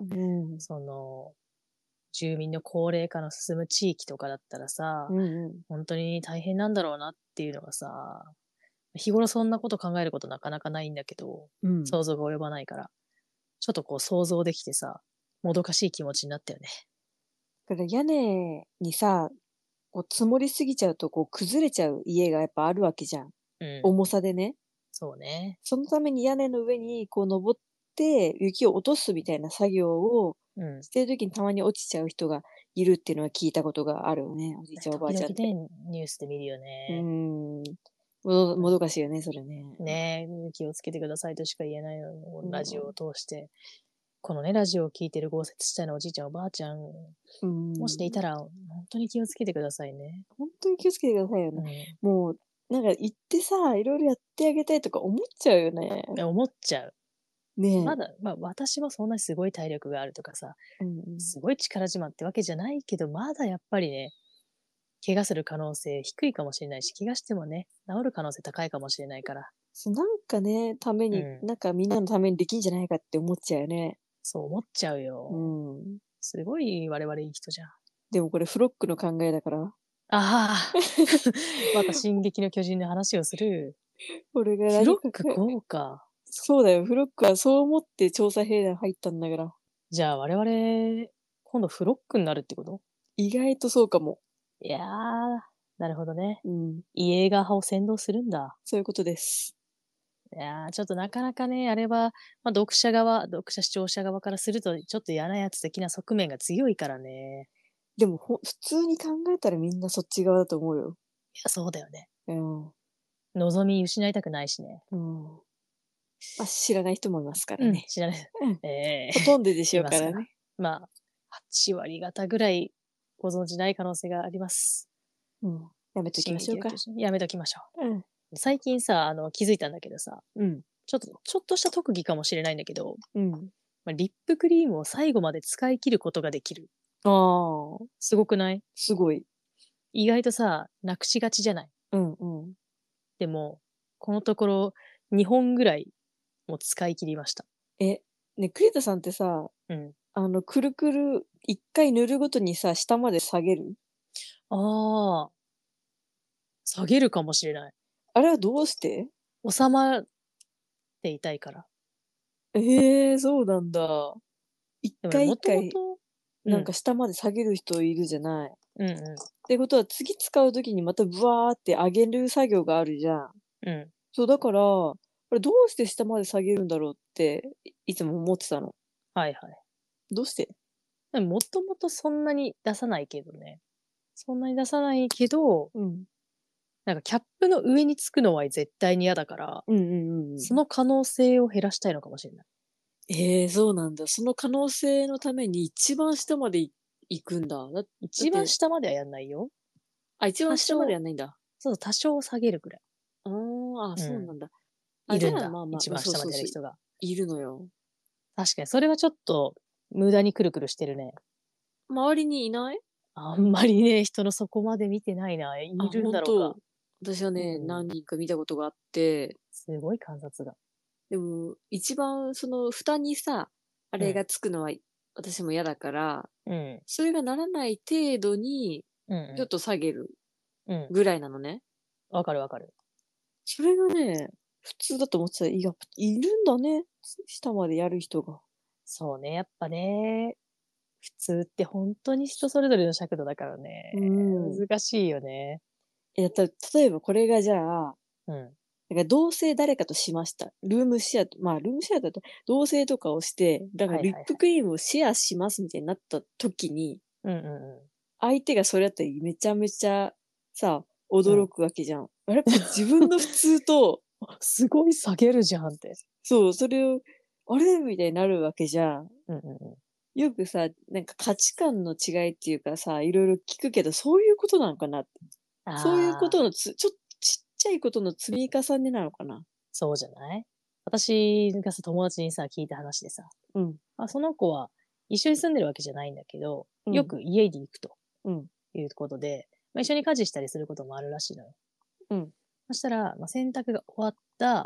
Speaker 1: その、住民の高齢化の進む地域とかだったらさ、
Speaker 2: うんうん。
Speaker 1: 本当に大変なんだろうなっていうのがさ、日頃そんなこと考えることなかなかないんだけど、
Speaker 2: うん。
Speaker 1: 想像が及ばないから、ちょっとこう想像できてさ、もどかしい気持ちになったよね。
Speaker 2: だから屋根にさ、こう積もりすぎちゃうと、こう崩れちゃう家がやっぱあるわけじゃん。
Speaker 1: うん。
Speaker 2: 重さでね。
Speaker 1: そうね。
Speaker 2: そのために屋根の上にこう登って雪を落とすみたいな作業を
Speaker 1: うん。
Speaker 2: してる時にたまに落ちちゃう人がいるっていうのは聞いたことがあるよね、おじいちゃんおばあ
Speaker 1: 時々
Speaker 2: ちゃんで。
Speaker 1: ね、ニュースで見るよ
Speaker 2: うー
Speaker 1: ね。
Speaker 2: ん。
Speaker 1: うん。
Speaker 2: もどかしいよね、それね。
Speaker 1: ねえ、気をつけてくださいとしか言えないの。
Speaker 2: うん。
Speaker 1: ラジオを通して。このね、ラジオを聞いてる豪雪地帯のおじいちゃん、おばあちゃん、
Speaker 2: うーん。
Speaker 1: もしでいたら、本当に気をつけてくださいね。
Speaker 2: ほんとに気をつけてくださいよね。
Speaker 1: うん。
Speaker 2: もう、なんか行ってさ、いろいろやってあげたいとか思っちゃうよね。
Speaker 1: 思っちゃう。
Speaker 2: ねえ。
Speaker 1: まだ、私もそんなすごい体力があるとかさ、
Speaker 2: うんうん。
Speaker 1: すごい力自慢ってわけじゃないけど、まだやっぱりね、怪我する可能性低いかもしれないし、怪我してもね、治る可能性高いかもしれないから。
Speaker 2: なんかね、ために、
Speaker 1: うん。
Speaker 2: なんかみんなのためにできんじゃないかって思っちゃうよね。
Speaker 1: そう思っちゃう
Speaker 2: う
Speaker 1: よ。
Speaker 2: ん。
Speaker 1: すごい我々いい人じゃん。
Speaker 2: でもこれフロックの考えだから。
Speaker 1: ああ、また進撃の巨人の話をする。
Speaker 2: 俺が
Speaker 1: フロック
Speaker 2: 何か
Speaker 1: 豪華。
Speaker 2: そうだよ、フロックはそう思って調査兵団入ったんだから。
Speaker 1: じゃあ我々、今度フロックになるってこと？
Speaker 2: 意外とそうかも。
Speaker 1: いやー、 なるほどね。
Speaker 2: うん。
Speaker 1: イエーガー派を先導するんだ。
Speaker 2: そういうことです。
Speaker 1: いやー、ちょっとなかなかね、あれは、読者視聴者側からすると、ちょっと嫌なやつ的な側面が強いからね。
Speaker 2: でも、普通に考えたらみんなそっち側だと思うよ。
Speaker 1: いや、そうだよね。
Speaker 2: うん。
Speaker 1: 望み失いたくないしね。
Speaker 2: うん。ま、知らない人もいますから
Speaker 1: うん、
Speaker 2: ね。
Speaker 1: 知らない。
Speaker 2: うん。
Speaker 1: え
Speaker 2: ほとんどでし
Speaker 1: いますから。
Speaker 2: ょうからね。
Speaker 1: まあ、8割方ぐらいご存じない可能性があります。
Speaker 2: うん。やめとき
Speaker 1: 進
Speaker 2: ましょうか。
Speaker 1: 撃の巨人、やめときましょ
Speaker 2: うん。
Speaker 1: う。最近さ、気づいたんだけどさ、
Speaker 2: うん。
Speaker 1: ちょっとした特技かもしれないんだけど、
Speaker 2: うん。
Speaker 1: リップクリームを最後まで使い切ることができる。
Speaker 2: ああ、
Speaker 1: すごくない？
Speaker 2: すごい。
Speaker 1: 意外とさ、なくしがちじゃない？
Speaker 2: うんうん。
Speaker 1: でも、このところ2本ぐらいもう使い切りました。
Speaker 2: え、ね、栗田さんってさ、
Speaker 1: うん。
Speaker 2: くるくる1回塗るごとにさ、下まで下げる？
Speaker 1: ああ、下げるかもしれない。
Speaker 2: あれはどうして？
Speaker 1: 収まっていたいから。
Speaker 2: ええ、そうなんだ。1
Speaker 1: でもね、
Speaker 2: 回1
Speaker 1: もとも
Speaker 2: 回、
Speaker 1: とうん、
Speaker 2: なんか下まで下げる人いるじゃない。っ
Speaker 1: うんうん、
Speaker 2: てことは次使う時にまたブワーって上げる作業があるじゃん。
Speaker 1: うん。
Speaker 2: そう、だから、これどうして下まで下げるんだろうって、いつも思ってたの。
Speaker 1: はいはい。
Speaker 2: どうして？
Speaker 1: でも、もともとそんなに出さないけどね。そんなに出さないけど、
Speaker 2: うん。
Speaker 1: なんかキャップの上につくのは絶対に嫌だから、
Speaker 2: うんうんうんうん。
Speaker 1: その可能性を減らしたいのかもしれない。
Speaker 2: ええ、そうなんだ。その可能性のために一番下まで行くんだ。だっ
Speaker 1: 一番
Speaker 2: て、
Speaker 1: 下まではやんないよ。
Speaker 2: あ、一番下まで
Speaker 1: 多少、
Speaker 2: やんないんだ。
Speaker 1: そう、多少下げるくらい。
Speaker 2: ああ、あ、
Speaker 1: うん。
Speaker 2: そうなんだ。あ、じゃあ、
Speaker 1: いるんだ。
Speaker 2: まあまあ、ま、
Speaker 1: 一番下ま
Speaker 2: そうそうそう、
Speaker 1: でやる人が。
Speaker 2: いるのよ。
Speaker 1: 確かに、それはちょっと、無駄にくるくるしてるね。
Speaker 2: 周りにいない？
Speaker 1: あんまりね、人のそこまで見てないな。
Speaker 2: あ、
Speaker 1: いるんだろうか。
Speaker 2: ほんと。私はね、
Speaker 1: うん。
Speaker 2: 何人か見たことがあって、
Speaker 1: すごい観察が。
Speaker 2: でも、一番その蓋にさ、あ
Speaker 1: うん。
Speaker 2: れがつくのは、私も嫌だから、
Speaker 1: うん。
Speaker 2: それがならない程度に、
Speaker 1: うんう
Speaker 2: ちょっと下げる
Speaker 1: ん。うん。
Speaker 2: ぐらいなのね。
Speaker 1: わかるわかる。
Speaker 2: それがね、普通だと思ってたら、いるんだね、下までやる人が。
Speaker 1: そうね、やっぱね、普通って本当に人それぞれの尺度だからね、
Speaker 2: うん。
Speaker 1: 難しいよね。
Speaker 2: 例えばこれがじゃあ、
Speaker 1: うん。
Speaker 2: なんか同棲誰かとしました。ルームシェアだと同棲とかをして、だからリッ
Speaker 1: はいはいはい。
Speaker 2: プクリームをシェアしますみたいになった時に、
Speaker 1: うんうん
Speaker 2: 相手がそれだったらめちゃめちゃさ、
Speaker 1: うん。うん。
Speaker 2: 驚くわけじゃん。あ、やっぱ自分の普通と、
Speaker 1: すごい下げるじゃんって。
Speaker 2: そう、それを、あれ？みたいになるわけじゃん。
Speaker 1: うんうんうん。
Speaker 2: よくさ、なんか価値観の違いっていうかさ、いろいろ聞くけど、そういうことなのかなって。そういうこ
Speaker 1: ああ、
Speaker 2: とのちっちゃいことの積み重ねなのかな。
Speaker 1: そうじゃない？私がさ、友達にさ、聞いた話でさ、
Speaker 2: うん、
Speaker 1: その子は一緒に住んでるわけじゃないんだけど、よ
Speaker 2: うん、
Speaker 1: く家に行くと
Speaker 2: うん、
Speaker 1: いうことで、一緒に家事したりすることもあるらしいのよ。
Speaker 2: うん、
Speaker 1: そしたら、洗濯が終わった、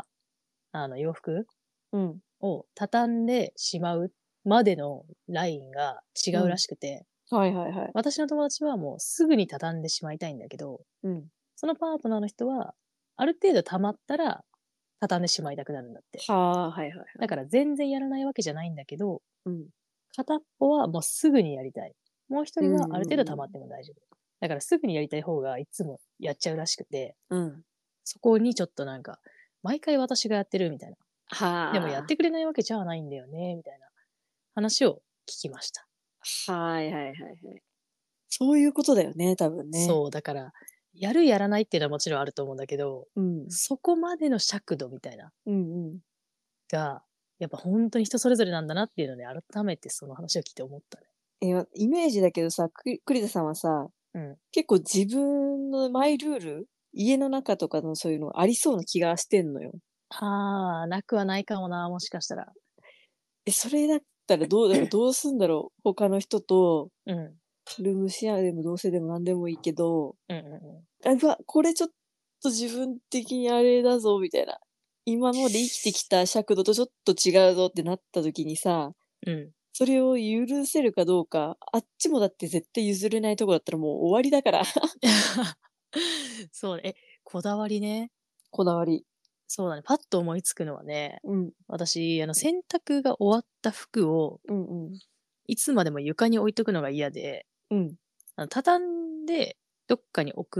Speaker 1: 洋服
Speaker 2: うん。
Speaker 1: を畳んでしまうまでのラインが違うら
Speaker 2: うん。
Speaker 1: しくて、
Speaker 2: はいはいはい。
Speaker 1: 私の友達はもうすぐに畳んでしまいたいんだけど、
Speaker 2: うん。
Speaker 1: そのパートナーの人は、ある程度溜まったら畳んでしまいたくなるんだって。
Speaker 2: はあ、はいはいはい。
Speaker 1: だから全然やらないわけじゃないんだけど、
Speaker 2: うん。
Speaker 1: 片っぽはもうすぐにやりたい。もう一
Speaker 2: うん
Speaker 1: 人はある程度
Speaker 2: うんうん。
Speaker 1: 溜まっても大丈夫。だからすぐにやりたい方がいつもやっちゃうらしくて、
Speaker 2: うん。
Speaker 1: そこにちょっとなんか、毎回私がやってるみたいな。でもやっ
Speaker 2: はあ。
Speaker 1: てくれないわけじゃないんだよね、みたいな話を聞きました。
Speaker 2: はいはいはいはい。そういうことだよね、多分ね。
Speaker 1: そう、だから、やるやらないっていうのはもちろんあると思うんだけど、
Speaker 2: うん。
Speaker 1: そこまでの尺度みたいな、
Speaker 2: うんうん。
Speaker 1: が、やっぱほんとに人それぞれなんだなっていうので、改めてその話を聞いて思ったね。
Speaker 2: イメージだけどさ、栗田さんはさ、
Speaker 1: うん。
Speaker 2: 結構自分のマイルール、家の中とかのそういうのありそうな気がしてんのよ。
Speaker 1: なくはないかもな、もしかしたら。
Speaker 2: それだったらどうすんだろう。他の人と、
Speaker 1: うん。
Speaker 2: ルームシェアでも同棲でも何でもいいけど、
Speaker 1: うんうんうん。
Speaker 2: これちょっと自分的にあれだぞみたいな。今まで生きてきた尺度とちょっと違うぞってなった時にさ、
Speaker 1: うん。
Speaker 2: それを許せるかどうか、あっちもだって絶対譲れないとこだったらもう終わりだから。
Speaker 1: そうね、こだわりね。
Speaker 2: こだわり。
Speaker 1: そうだね、パッと思いつくのはね、
Speaker 2: うん。
Speaker 1: 私、洗濯が終わった服を
Speaker 2: うんうん。
Speaker 1: いつまでも床に置いとくのが嫌で、
Speaker 2: うん。
Speaker 1: 畳んでどっかに置く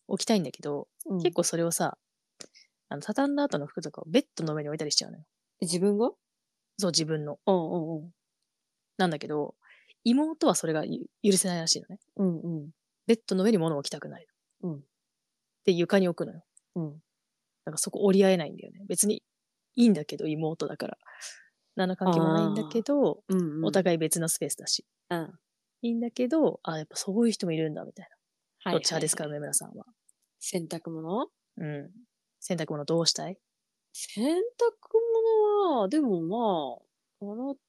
Speaker 1: 置きたいんだけど、結構それをさ、畳んだ後の服とかをベッドの上に置いたりしちゃうのよ。
Speaker 2: 自分が？
Speaker 1: そう、自分の。
Speaker 2: うんうんうん。
Speaker 1: なんだけど、妹はそれが許せないらしいのね。
Speaker 2: うんうん。
Speaker 1: ベッドの上に物を置きたくない。
Speaker 2: うん。
Speaker 1: で、床に置くのよ。
Speaker 2: うん。
Speaker 1: なんかそこ折り合えないんだよね。別にいいんだけど、妹だから。何の関係もないんだけ
Speaker 2: ああ。
Speaker 1: ど、
Speaker 2: うんうん。
Speaker 1: お互い別のスペースだし。
Speaker 2: うん。
Speaker 1: いいんだけど、あ、やっぱそういう人もいるんだみたいな。
Speaker 2: はい
Speaker 1: どっち派ですか、
Speaker 2: はいはい。
Speaker 1: 梅村さんは。
Speaker 2: 洗濯物？
Speaker 1: うん。洗濯物どうしたい？
Speaker 2: 洗濯物は、でもまあ、洗って、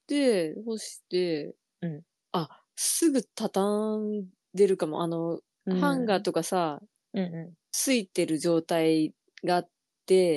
Speaker 2: 干して、
Speaker 1: うん。
Speaker 2: すぐ畳んでるかも。
Speaker 1: う
Speaker 2: ハンガー
Speaker 1: ん。
Speaker 2: とかさ、
Speaker 1: うんう
Speaker 2: ついてる状態があって、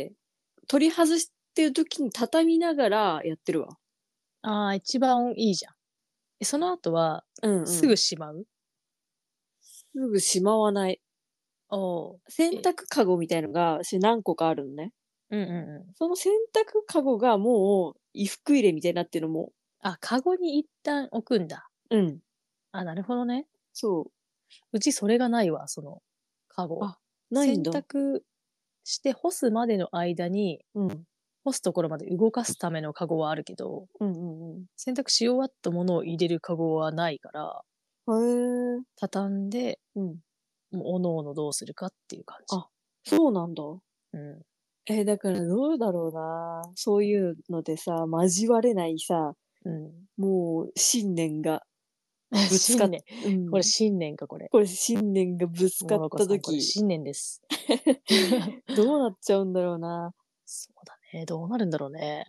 Speaker 2: 取り外してる時に畳みながらやってるわ。
Speaker 1: ん。ああ、一番いいじゃん。その後は、すぐ
Speaker 2: うんうん。
Speaker 1: しまう？
Speaker 2: すぐしまわない。
Speaker 1: おおー。
Speaker 2: 洗濯かごみたいのが、何個かあるのね。
Speaker 1: うんうんうん。
Speaker 2: その洗濯かごがもう、衣服入れみたいになってるのも
Speaker 1: あ、カゴに一旦置くんだ。
Speaker 2: うん。
Speaker 1: あ、なるほどね。
Speaker 2: そう。
Speaker 1: うちそれがないわ、そのカゴ。洗
Speaker 2: ないんだ。
Speaker 1: 濯して干すまでの間に、
Speaker 2: うん。
Speaker 1: 干すところまで動かすためのカゴはあるけど、
Speaker 2: うんうんうん。
Speaker 1: 洗濯し終わったものを入れるカゴはないから、
Speaker 2: へえ。
Speaker 1: 畳んで、
Speaker 2: うん。
Speaker 1: もう各々どうするかっていう感じ。
Speaker 2: あ、そうなんだ。
Speaker 1: うん。
Speaker 2: だからどうだろうな。そういうのでさ、交われないさ、
Speaker 1: うん。
Speaker 2: もう信念がぶつかっ
Speaker 1: 信念。
Speaker 2: うん。
Speaker 1: これ信念か、これ。
Speaker 2: これ信念がぶつかっ
Speaker 1: もろこさん、これ
Speaker 2: た時、
Speaker 1: 信念です。
Speaker 2: どうなっちゃうんだろうな。
Speaker 1: そうだね。どうなるんだろうね。
Speaker 2: うん。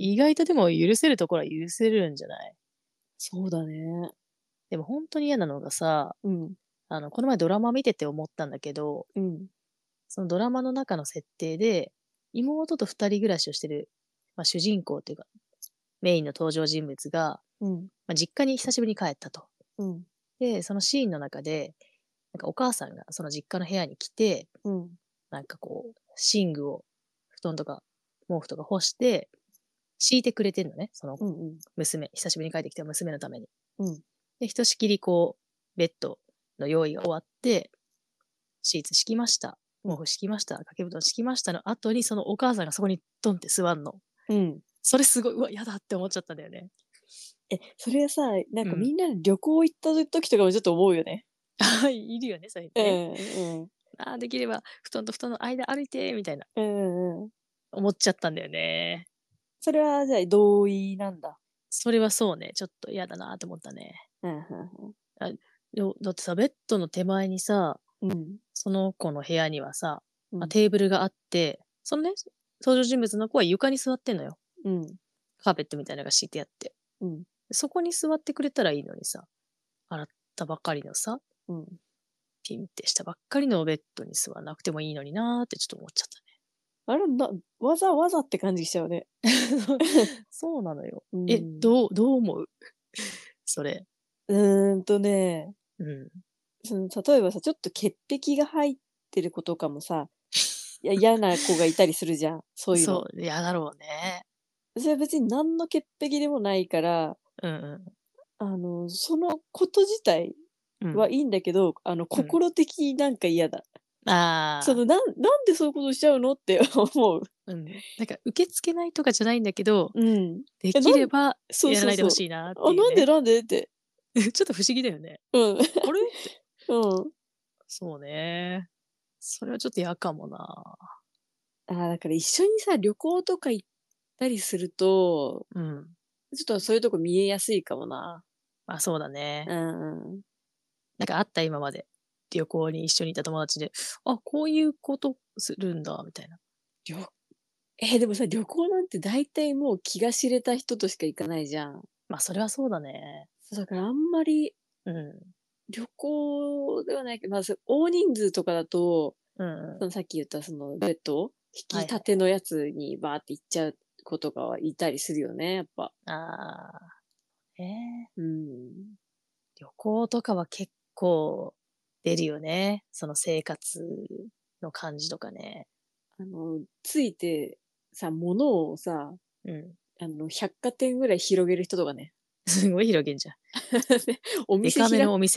Speaker 1: 意外とでも許せるところは許せるんじゃない？
Speaker 2: そうだね。
Speaker 1: でも本当に嫌なのがさ、
Speaker 2: うん。
Speaker 1: この前ドラマ見てて思ったんだけど、
Speaker 2: うん。
Speaker 1: そのドラマの中の設定で、妹と二人暮らしをしてる、まあ、主人公っていうか、メインの登場人物が、
Speaker 2: うん。
Speaker 1: まあ、実家に久しぶりに帰ったと。
Speaker 2: うん。
Speaker 1: で、そのシーンの中で、なんかお母さんがその実家の部屋に来て、
Speaker 2: うん。
Speaker 1: なんかこう、寝具を、布団とか毛布とか干して、敷いてくれてんのね、その
Speaker 2: うんうん。
Speaker 1: 娘、久しぶりに帰ってきた娘のために。
Speaker 2: うん。
Speaker 1: で、ひとしきりこう、ベッドの用意が終わって、シーツ敷きました。毛布敷きました。掛け布団敷きましたの後に、そのお母さんがそこにドンって座んの。
Speaker 2: うん。
Speaker 1: それすごい、うわ、やだって思っちゃったんだよね。
Speaker 2: それはさ、なん
Speaker 1: うん。
Speaker 2: かみんなで旅行行った時とかもちょっと思うよね。
Speaker 1: あ、いるよね、そういう
Speaker 2: う
Speaker 1: のね。
Speaker 2: んうん。
Speaker 1: ああ、できれば布団と布団の間歩いて、みたいな、
Speaker 2: うんうん。
Speaker 1: 思っちゃったんだよね。
Speaker 2: それはじゃあ同意なんだ。
Speaker 1: それはそうね、ちょっと嫌だなと思ったね。
Speaker 2: うんうん
Speaker 1: あ、だってさ、ベッドの手前にさ、
Speaker 2: うん。うん。
Speaker 1: その子の部屋にはさ、まあ、
Speaker 2: うん。
Speaker 1: テーブルがあって、そのね、登場人物の子は床に座ってんのよ。
Speaker 2: うん。
Speaker 1: カーペットみたいなのが敷いてあって。
Speaker 2: うん。
Speaker 1: そこに座ってくれたらいいのにさ、洗ったばっかりのさ、
Speaker 2: うん。
Speaker 1: ピンってしたばっかりのベッドに座らなくてもいいのになーってちょっと思っちゃっ
Speaker 2: あれ、わざわざって感じしちゃうね。
Speaker 1: たね。そうなのよ。
Speaker 2: うん。
Speaker 1: どう思う？それ。
Speaker 2: ね、
Speaker 1: うん。
Speaker 2: 例えばさ、ちょっと潔癖が入ってる子とかもさ、嫌な子がいたりするじゃん、そういうの。
Speaker 1: そう、嫌だろうね。
Speaker 2: それは別に何の潔癖でもないから、
Speaker 1: うんうん。
Speaker 2: そのこと自体
Speaker 1: うん。
Speaker 2: はいいんだけど、
Speaker 1: うん。
Speaker 2: 心的になんか嫌だ。
Speaker 1: ああ、
Speaker 2: なんでそういうことしちゃうのって思う。
Speaker 1: うん。なんか受け付けないとかじゃないんだけど、
Speaker 2: うん。
Speaker 1: できれば
Speaker 2: そう
Speaker 1: やらないでほ
Speaker 2: そうそう。
Speaker 1: しいなっていうね。
Speaker 2: なんでなんでって。
Speaker 1: ちょっと不思議だよね。
Speaker 2: うん。
Speaker 1: あれって。
Speaker 2: うん。
Speaker 1: そうね。それはちょっと嫌かもな。
Speaker 2: だから一緒にさ、旅行とか行ったりすると、
Speaker 1: うん。
Speaker 2: ちょっとそういうとこ見えやすいかもな。
Speaker 1: まあ、そうだね。
Speaker 2: うんうん。
Speaker 1: なんかあった今まで。旅行に一緒にいた友達で、あ、こういうことするんだ、みたいな。
Speaker 2: りょでもさ、旅行なんて大体もう気が知れた人としか行かないじゃん。
Speaker 1: まあ、それはそうだね。
Speaker 2: だからあんまり
Speaker 1: うん。
Speaker 2: 旅行ではないけど、まず大人数とかだと、
Speaker 1: うんうん。
Speaker 2: そのさっき言ったそのベッド引き
Speaker 1: はいはい。
Speaker 2: 立てのやつにバーって行っちゃう子とかはいたりするよね、やっぱ。
Speaker 1: ああ、
Speaker 2: うん。
Speaker 1: 旅行とかは結構出るよね。その生活の感じとかね。
Speaker 2: ついてさ、物をさ、
Speaker 1: うん。
Speaker 2: 百貨店ぐらい広げる人とかね。
Speaker 1: すごい広げんじゃん。
Speaker 2: ねお
Speaker 1: デカめの
Speaker 2: 店開く
Speaker 1: お店ね。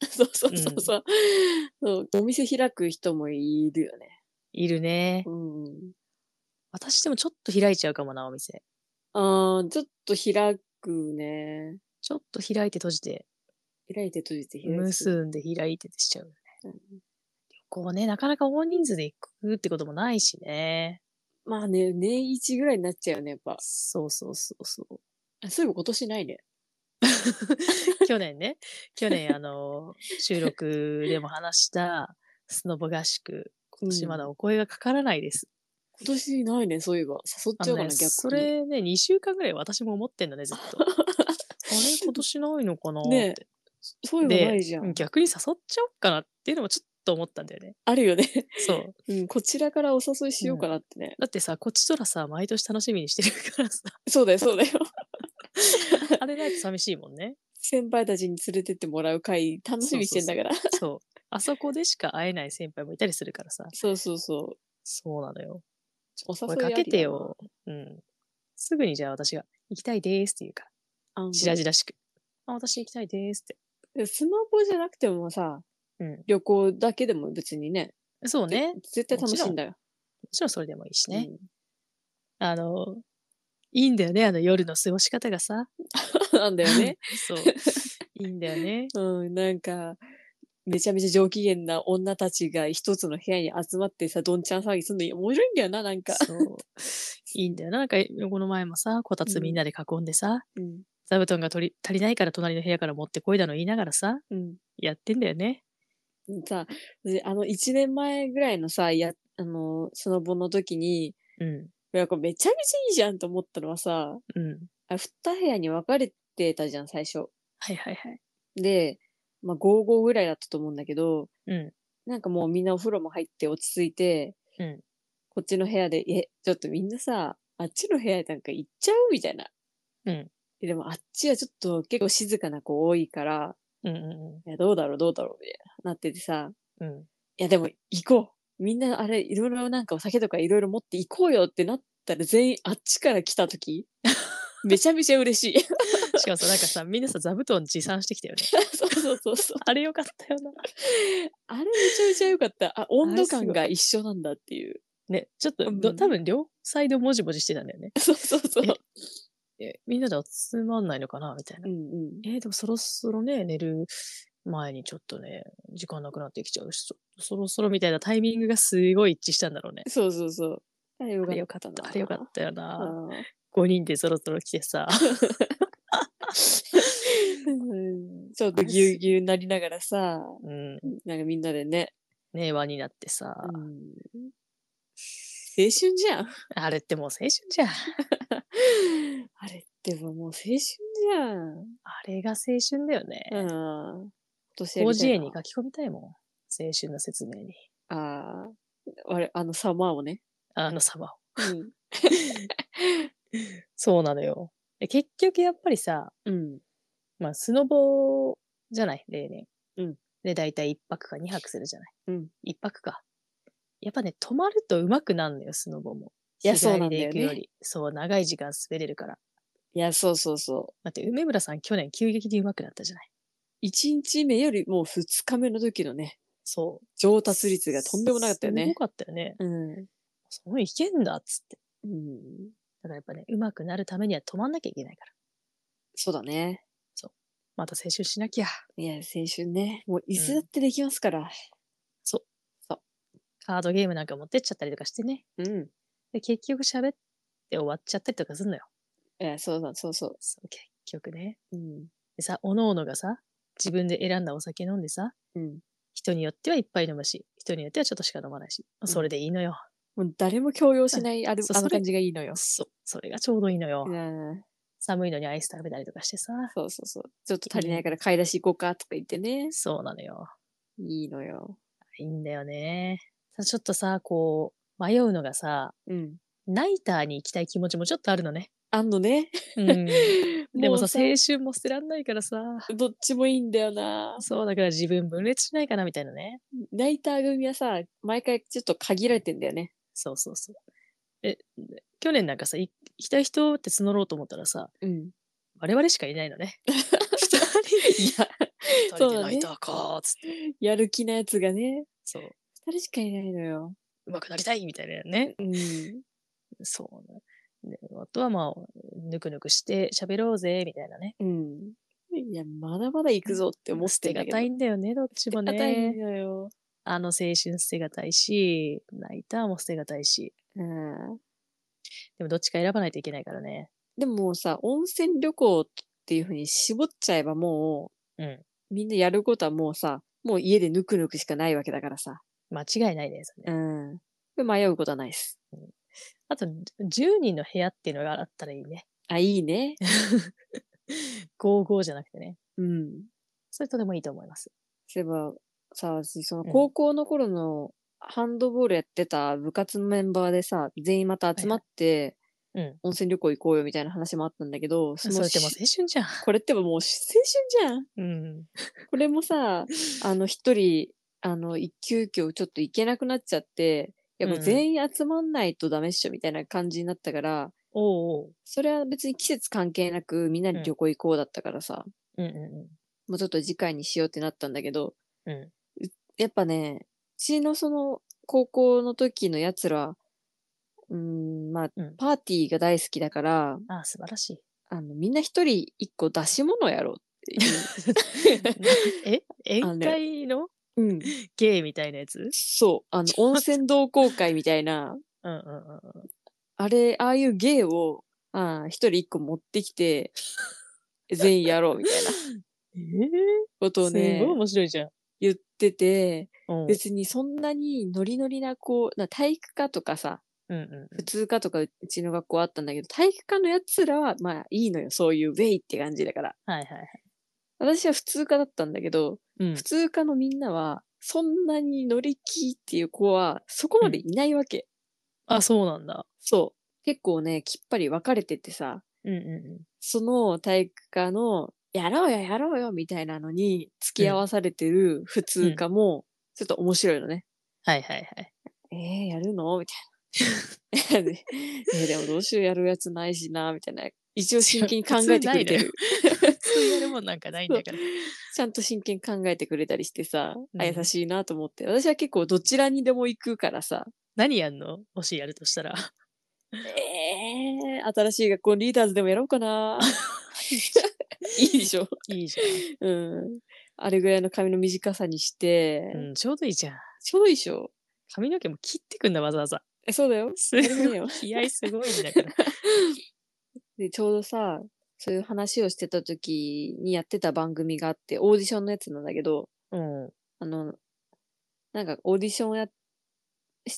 Speaker 2: そうそう
Speaker 1: うん。
Speaker 2: そうそう。そう、お店開く人もいるよね。
Speaker 1: いるね。
Speaker 2: うんうん。
Speaker 1: 私でもちょっと開いちゃうかもな、お店。
Speaker 2: ああ、ちょっと開くね。
Speaker 1: ちょっと開いて閉じて、
Speaker 2: 開いて閉じて開いて閉じて。
Speaker 1: 無数んで開いてってしちゃう。
Speaker 2: うん。
Speaker 1: こうね、なかなか大人数で行くってこともないしね。
Speaker 2: まあね、年一ぐらいになっちゃうよね、やっぱ。
Speaker 1: そうそうそうそう。
Speaker 2: あ、そういえば今年ないね。
Speaker 1: 去年ね、去年収録でも話したスノボ合宿、今年ま
Speaker 2: うん。
Speaker 1: だお声がかからないです。
Speaker 2: 今年ないね、そういえば。誘っちゃおうかな、逆
Speaker 1: そ
Speaker 2: に。
Speaker 1: れね、2週間ぐらい私も思ってんのね、ずっと。あれ、今年ないのかなっ
Speaker 2: ねえ、
Speaker 1: て。
Speaker 2: そういえばな
Speaker 1: で、
Speaker 2: いじゃん。
Speaker 1: 逆に誘っちゃおっかなっていうのもちょっと思ったんだよね。
Speaker 2: あるよね。
Speaker 1: そ
Speaker 2: うん、こちらからお誘いし
Speaker 1: う。
Speaker 2: よう
Speaker 1: うん。
Speaker 2: かなってね。
Speaker 1: だってさ、こっちとらさ、毎年楽しみにしてるからさ、
Speaker 2: そうだよそうだよ。
Speaker 1: あれないと寂しいもんね。
Speaker 2: 先輩たちに連れてってもらう会、楽しみに
Speaker 1: そうそうそう。
Speaker 2: してんだから。
Speaker 1: そう。あそこでしか会えない先輩もいたりするからさ。
Speaker 2: そうそうそう。
Speaker 1: そうなのよ。ちょ
Speaker 2: お
Speaker 1: っと声
Speaker 2: 誘いあ
Speaker 1: かけ
Speaker 2: りだな。
Speaker 1: てよ。うん。すぐにじゃあ私が行きたいですって言うから。
Speaker 2: あ、ほんと。
Speaker 1: 白々しく。あ、私行きたいですって。
Speaker 2: で、スノボじゃなくてもさ、
Speaker 1: うん。
Speaker 2: 旅行だけでも別にね、
Speaker 1: そうね。
Speaker 2: 絶対
Speaker 1: もちろん、も
Speaker 2: 楽しいんだよ。
Speaker 1: ちろんそれでもいいしね。
Speaker 2: うん。
Speaker 1: あの、いいんだよね、夜の過ごし方がさ。
Speaker 2: なんだよね。
Speaker 1: そう。いいんだよね。
Speaker 2: うん、なんか、めちゃめちゃ上機嫌な女たちが一つの部屋に集まってさ、どんちゃん騒ぎすんの面白いんだよな、なんか。
Speaker 1: そう。いいんだよな。なんか、この前もさ、こた
Speaker 2: うん。
Speaker 1: つみんなで囲んでさ、
Speaker 2: うん。
Speaker 1: 座布団が足りないから隣の部屋から持ってこいだの言いながらさ、
Speaker 2: うん。
Speaker 1: やってんだよね。
Speaker 2: さ、私1年前ぐらいのさ、スノボの時に、
Speaker 1: うん。
Speaker 2: いや、これめちゃめちゃいいじゃんと思ったのはさ、
Speaker 1: うん。
Speaker 2: 2部屋に分かれてたじゃん、最初。
Speaker 1: はいはいはい。
Speaker 2: で、まあ、5-5ぐらいだったと思うんだけど、
Speaker 1: うん。
Speaker 2: なんかもうみんなお風呂も入って落ち着いて、
Speaker 1: うん。
Speaker 2: こっちの部屋で、ちょっとみんなさ、あっちの部屋なんか行っちゃうみたいな。
Speaker 1: うん。
Speaker 2: でもあっちはちょっと結構静かな子多いから、
Speaker 1: うんうん
Speaker 2: いや、どうだろうどうだろうみたいな、なっててさ、
Speaker 1: うん。うん。
Speaker 2: いやでも行こう。みんなあれ、いろいろなんかお酒とかいろいろ持って行こうよってなったら全員あっちから来た時、めちゃめちゃ嬉しい。
Speaker 1: しかもさ、なんかさ、みんなさ、座布団持参してきたよね。
Speaker 2: そうそうそうそう。
Speaker 1: あれよかったよな。
Speaker 2: あれめちゃめちゃ良かった。あ、温度感
Speaker 1: あれすごい。
Speaker 2: が一緒なんだっていう。
Speaker 1: ね、ちょっと、多
Speaker 2: うん。
Speaker 1: 分両サイドもじもじしてたんだよね。
Speaker 2: そうそうそう。
Speaker 1: え、みんなで集まんないのかなみたいな。
Speaker 2: うんうん。
Speaker 1: でもそろそろね、寝る前にちょっとね、時間なくなってきちゃうし、そろそろみたいなタイミングがすごい一致したんだろうね。
Speaker 2: そうそうそう。あれ良かった
Speaker 1: あれよかっ
Speaker 2: な。
Speaker 1: たよな。
Speaker 2: ああ。
Speaker 1: 5人でそろそろ来てさ。
Speaker 2: うん、ちょっと
Speaker 1: あれす
Speaker 2: ぎゅうぎゅうになりながらさ、
Speaker 1: うん、
Speaker 2: なんかみんなでね、
Speaker 1: ね、輪になって
Speaker 2: う
Speaker 1: さ。
Speaker 2: ん、青春じゃん。
Speaker 1: あれってもう青春じゃん。
Speaker 2: あれってもう青春じゃん。
Speaker 1: あれが青春だよ
Speaker 2: うん。
Speaker 1: ね。
Speaker 2: 今年やり
Speaker 1: 広辞
Speaker 2: たいな。
Speaker 1: 苑に書き込みたいもん。青春の説明に。
Speaker 2: ああ、あれ、サマーをね。
Speaker 1: あの様を。
Speaker 2: うん。
Speaker 1: そうなのよ。結局やっぱりさ、
Speaker 2: うん。
Speaker 1: スノボじゃない、例年。
Speaker 2: うん。
Speaker 1: で、だいたい1泊か2泊するじゃない。
Speaker 2: うん。
Speaker 1: 1泊か。やっぱね、泊まると上手くなんのよ、スノボも。
Speaker 2: いや、
Speaker 1: 日帰り
Speaker 2: そうなんだよね。
Speaker 1: で行くより。そう、長い時間滑れるから。
Speaker 2: いや、そうそうそう。
Speaker 1: だって、梅村さん去年急激に上手くなったじゃない。
Speaker 2: 1日目よりもう2日目の時のね、
Speaker 1: そう。
Speaker 2: 上達率がとんでもなかったよね。
Speaker 1: すごかったよね。
Speaker 2: うん。
Speaker 1: いけんだっつって。
Speaker 2: うん。
Speaker 1: だからやっぱね、上手くなるためには泊まんなきゃいけないから。
Speaker 2: そうだね。
Speaker 1: そう。また青春しなきゃ。
Speaker 2: いや、青春ね。もうい
Speaker 1: うん。
Speaker 2: つだってできますから。
Speaker 1: そう。
Speaker 2: そ
Speaker 1: カードゲームなんか持ってっちゃったりとかしてね。
Speaker 2: う。うん。
Speaker 1: で、結局喋って終わっちゃったりとかすんのよ。
Speaker 2: いや、そうだ、そうそう。
Speaker 1: そう、結局ね。
Speaker 2: うん。
Speaker 1: でさ、おのおのがさ、自分で選んだお酒飲んでさ、
Speaker 2: うん。
Speaker 1: 人によってはいっぱい飲むし、人によってはちょっとしか飲まないし、
Speaker 2: うん。
Speaker 1: それでいいのよ。
Speaker 2: もう誰も強要し
Speaker 1: うん。
Speaker 2: ない、
Speaker 1: そう、
Speaker 2: あの感じがいいのよ。
Speaker 1: それがちょうどいいのよ。
Speaker 2: うん。
Speaker 1: 寒いのにアイス食べたりとかしてさ、
Speaker 2: そうそうそう。ちょっと足り
Speaker 1: いい、
Speaker 2: ないから買い出し行こうかとか言ってね。
Speaker 1: そうなのよ。
Speaker 2: いいのよ。
Speaker 1: いいんだよね。ちょっとさ、こう、迷うのがさ、
Speaker 2: うん。
Speaker 1: ナイターに行きたい気持ちもちょっとあるのね。
Speaker 2: あんのね。
Speaker 1: うん。でもさ、
Speaker 2: もうさ、
Speaker 1: 青春も捨てらんないからさ、
Speaker 2: どっちもいいんだよな。
Speaker 1: そう、だから自分分裂しないかなみたいなね。
Speaker 2: ナイター組はさ、毎回ちょっと限られてんだよね。
Speaker 1: そうそうそう。え、去年なんかさ、行きたい人って募ろうと思ったらさ、
Speaker 2: うん。
Speaker 1: 我々しかいないのね。2人。
Speaker 2: いや、
Speaker 1: 人
Speaker 2: そうだね。
Speaker 1: でナイターかーつって。
Speaker 2: やる気なやつがね、
Speaker 1: そう。
Speaker 2: 2人しかいないのよ。
Speaker 1: 上手くなりたいみたいなね。
Speaker 2: うん。
Speaker 1: そうね。で、あとはまあ、ぬくぬくして喋ろうぜみたいなね。
Speaker 2: うん。いや、まだまだ行くぞって思っ
Speaker 1: 捨てが
Speaker 2: てんだけど。
Speaker 1: たいんだよね、どっちも
Speaker 2: 捨てがたい
Speaker 1: ね。
Speaker 2: のよ。
Speaker 1: あの青春捨てがたいし、ナイターも捨てがたいし。
Speaker 2: うん。
Speaker 1: でもどっちか選ばないといけないからね。
Speaker 2: でももうさ、温泉旅行っていう風に絞っちゃえばも
Speaker 1: うん。
Speaker 2: う、みんなやることはもうさ、もう家でぬくぬくしかないわけだからさ。
Speaker 1: 間違いないです
Speaker 2: う
Speaker 1: ね。
Speaker 2: ん。で迷うことはないです。
Speaker 1: あと、10人の部屋っていうのがあったらいいね。
Speaker 2: あ、いいね。
Speaker 1: 55じゃなくてね。
Speaker 2: うん。
Speaker 1: それとてもいいと思います。
Speaker 2: そういえば、さ、私、その
Speaker 1: うん。
Speaker 2: 高校の頃のハンドボールやってた部活のメンバーでさ、全員また集ま
Speaker 1: はいはい。
Speaker 2: って
Speaker 1: うん。
Speaker 2: 温泉旅行行こうよみたいな話もあったんだけど、その
Speaker 1: それってもう青春じゃん。
Speaker 2: これってもう青春じゃん。
Speaker 1: うん。
Speaker 2: これもさ、一人、急遽ちょっと行けなくなっちゃって、いや、これ
Speaker 1: うんうん。
Speaker 2: 全員集まんないとダメっしょみたいな感じになったから、
Speaker 1: おうおう。
Speaker 2: それは別に季節関係なくみんなで
Speaker 1: うん。
Speaker 2: 旅行行こうだったからさ、
Speaker 1: うんう
Speaker 2: もうちょっと次回にしようってなったんだけど、
Speaker 1: んうん。うん。
Speaker 2: やっぱね、うちのその高校の時のやつら、まあ、
Speaker 1: うん。
Speaker 2: パーティーが大好きだから、
Speaker 1: ああ、素晴らしい。
Speaker 2: みんな一人一個出し物やろうっていう。
Speaker 1: 宴
Speaker 2: ね、
Speaker 1: 会の
Speaker 2: うん。
Speaker 1: 芸みたいなやつ？
Speaker 2: そう、
Speaker 1: ちょっと。
Speaker 2: 温泉同好会みたいな、
Speaker 1: うんうんうんうん。
Speaker 2: ああいう芸を、一人一個持ってきて、全員やろうみたいな
Speaker 1: ええ、
Speaker 2: ことを
Speaker 1: すごい
Speaker 2: ね、
Speaker 1: 面白いじゃん。
Speaker 2: 言ってて、
Speaker 1: うん。
Speaker 2: 別にそんなにノリノリな体育科とかさ、
Speaker 1: うんうんう
Speaker 2: 普
Speaker 1: ん。
Speaker 2: 通科とかうちの学校あったんだけど、体育科のやつらは、まあいいのよ。そういうウェイって感じだから。
Speaker 1: はいはいはい。
Speaker 2: 私は普通科だったんだけど、普
Speaker 1: うん。
Speaker 2: 通科のみんなは、そんなに乗り気っていう子は、そこ
Speaker 1: うん。
Speaker 2: までいないわけ。
Speaker 1: あ、そうなんだ。
Speaker 2: そう。結構ね、きっぱり分かれててさ、
Speaker 1: うんうん
Speaker 2: その体育科の、やろうよ、やろうよ、みたいなのに付
Speaker 1: うん。うん。
Speaker 2: き合わされてる普通
Speaker 1: うん。
Speaker 2: 科も、ちょっと面白いのね。
Speaker 1: はいはいはい。
Speaker 2: やるのみたいな。ででもどうしよう、やるやつないしな、みたいな。一応真剣に
Speaker 1: 普
Speaker 2: 考えてく
Speaker 1: 通ないのよ。
Speaker 2: れてる。
Speaker 1: 普通やるもんなんかないん
Speaker 2: そう。
Speaker 1: だから。
Speaker 2: ちゃんと真剣に考えてくれたりしてさ、優
Speaker 1: うん。
Speaker 2: しいなと思って。私は結構どちらにでも行くからさ、
Speaker 1: 何やんの？もしやるとしたら。
Speaker 2: 新しい学校リーダーズでもやろうかな。
Speaker 1: いいじ
Speaker 2: いいでしょ。
Speaker 1: ゃん。いいじゃん。
Speaker 2: うん。あれぐらいの髪の短さにして、
Speaker 1: うん、ちょうどいいじゃん。
Speaker 2: ちょうどいいでしょ。
Speaker 1: 髪の毛も切ってくんだ、わざわざ。
Speaker 2: そうだよ。
Speaker 1: すごい、
Speaker 2: 当たり前よ。
Speaker 1: 気合すごいんだから。
Speaker 2: で、ちょうどさ、そういう話をしてた時にやってた番組があって、オーディションのやつなんだけど、
Speaker 1: うん。
Speaker 2: あの、なんかオーディションをして、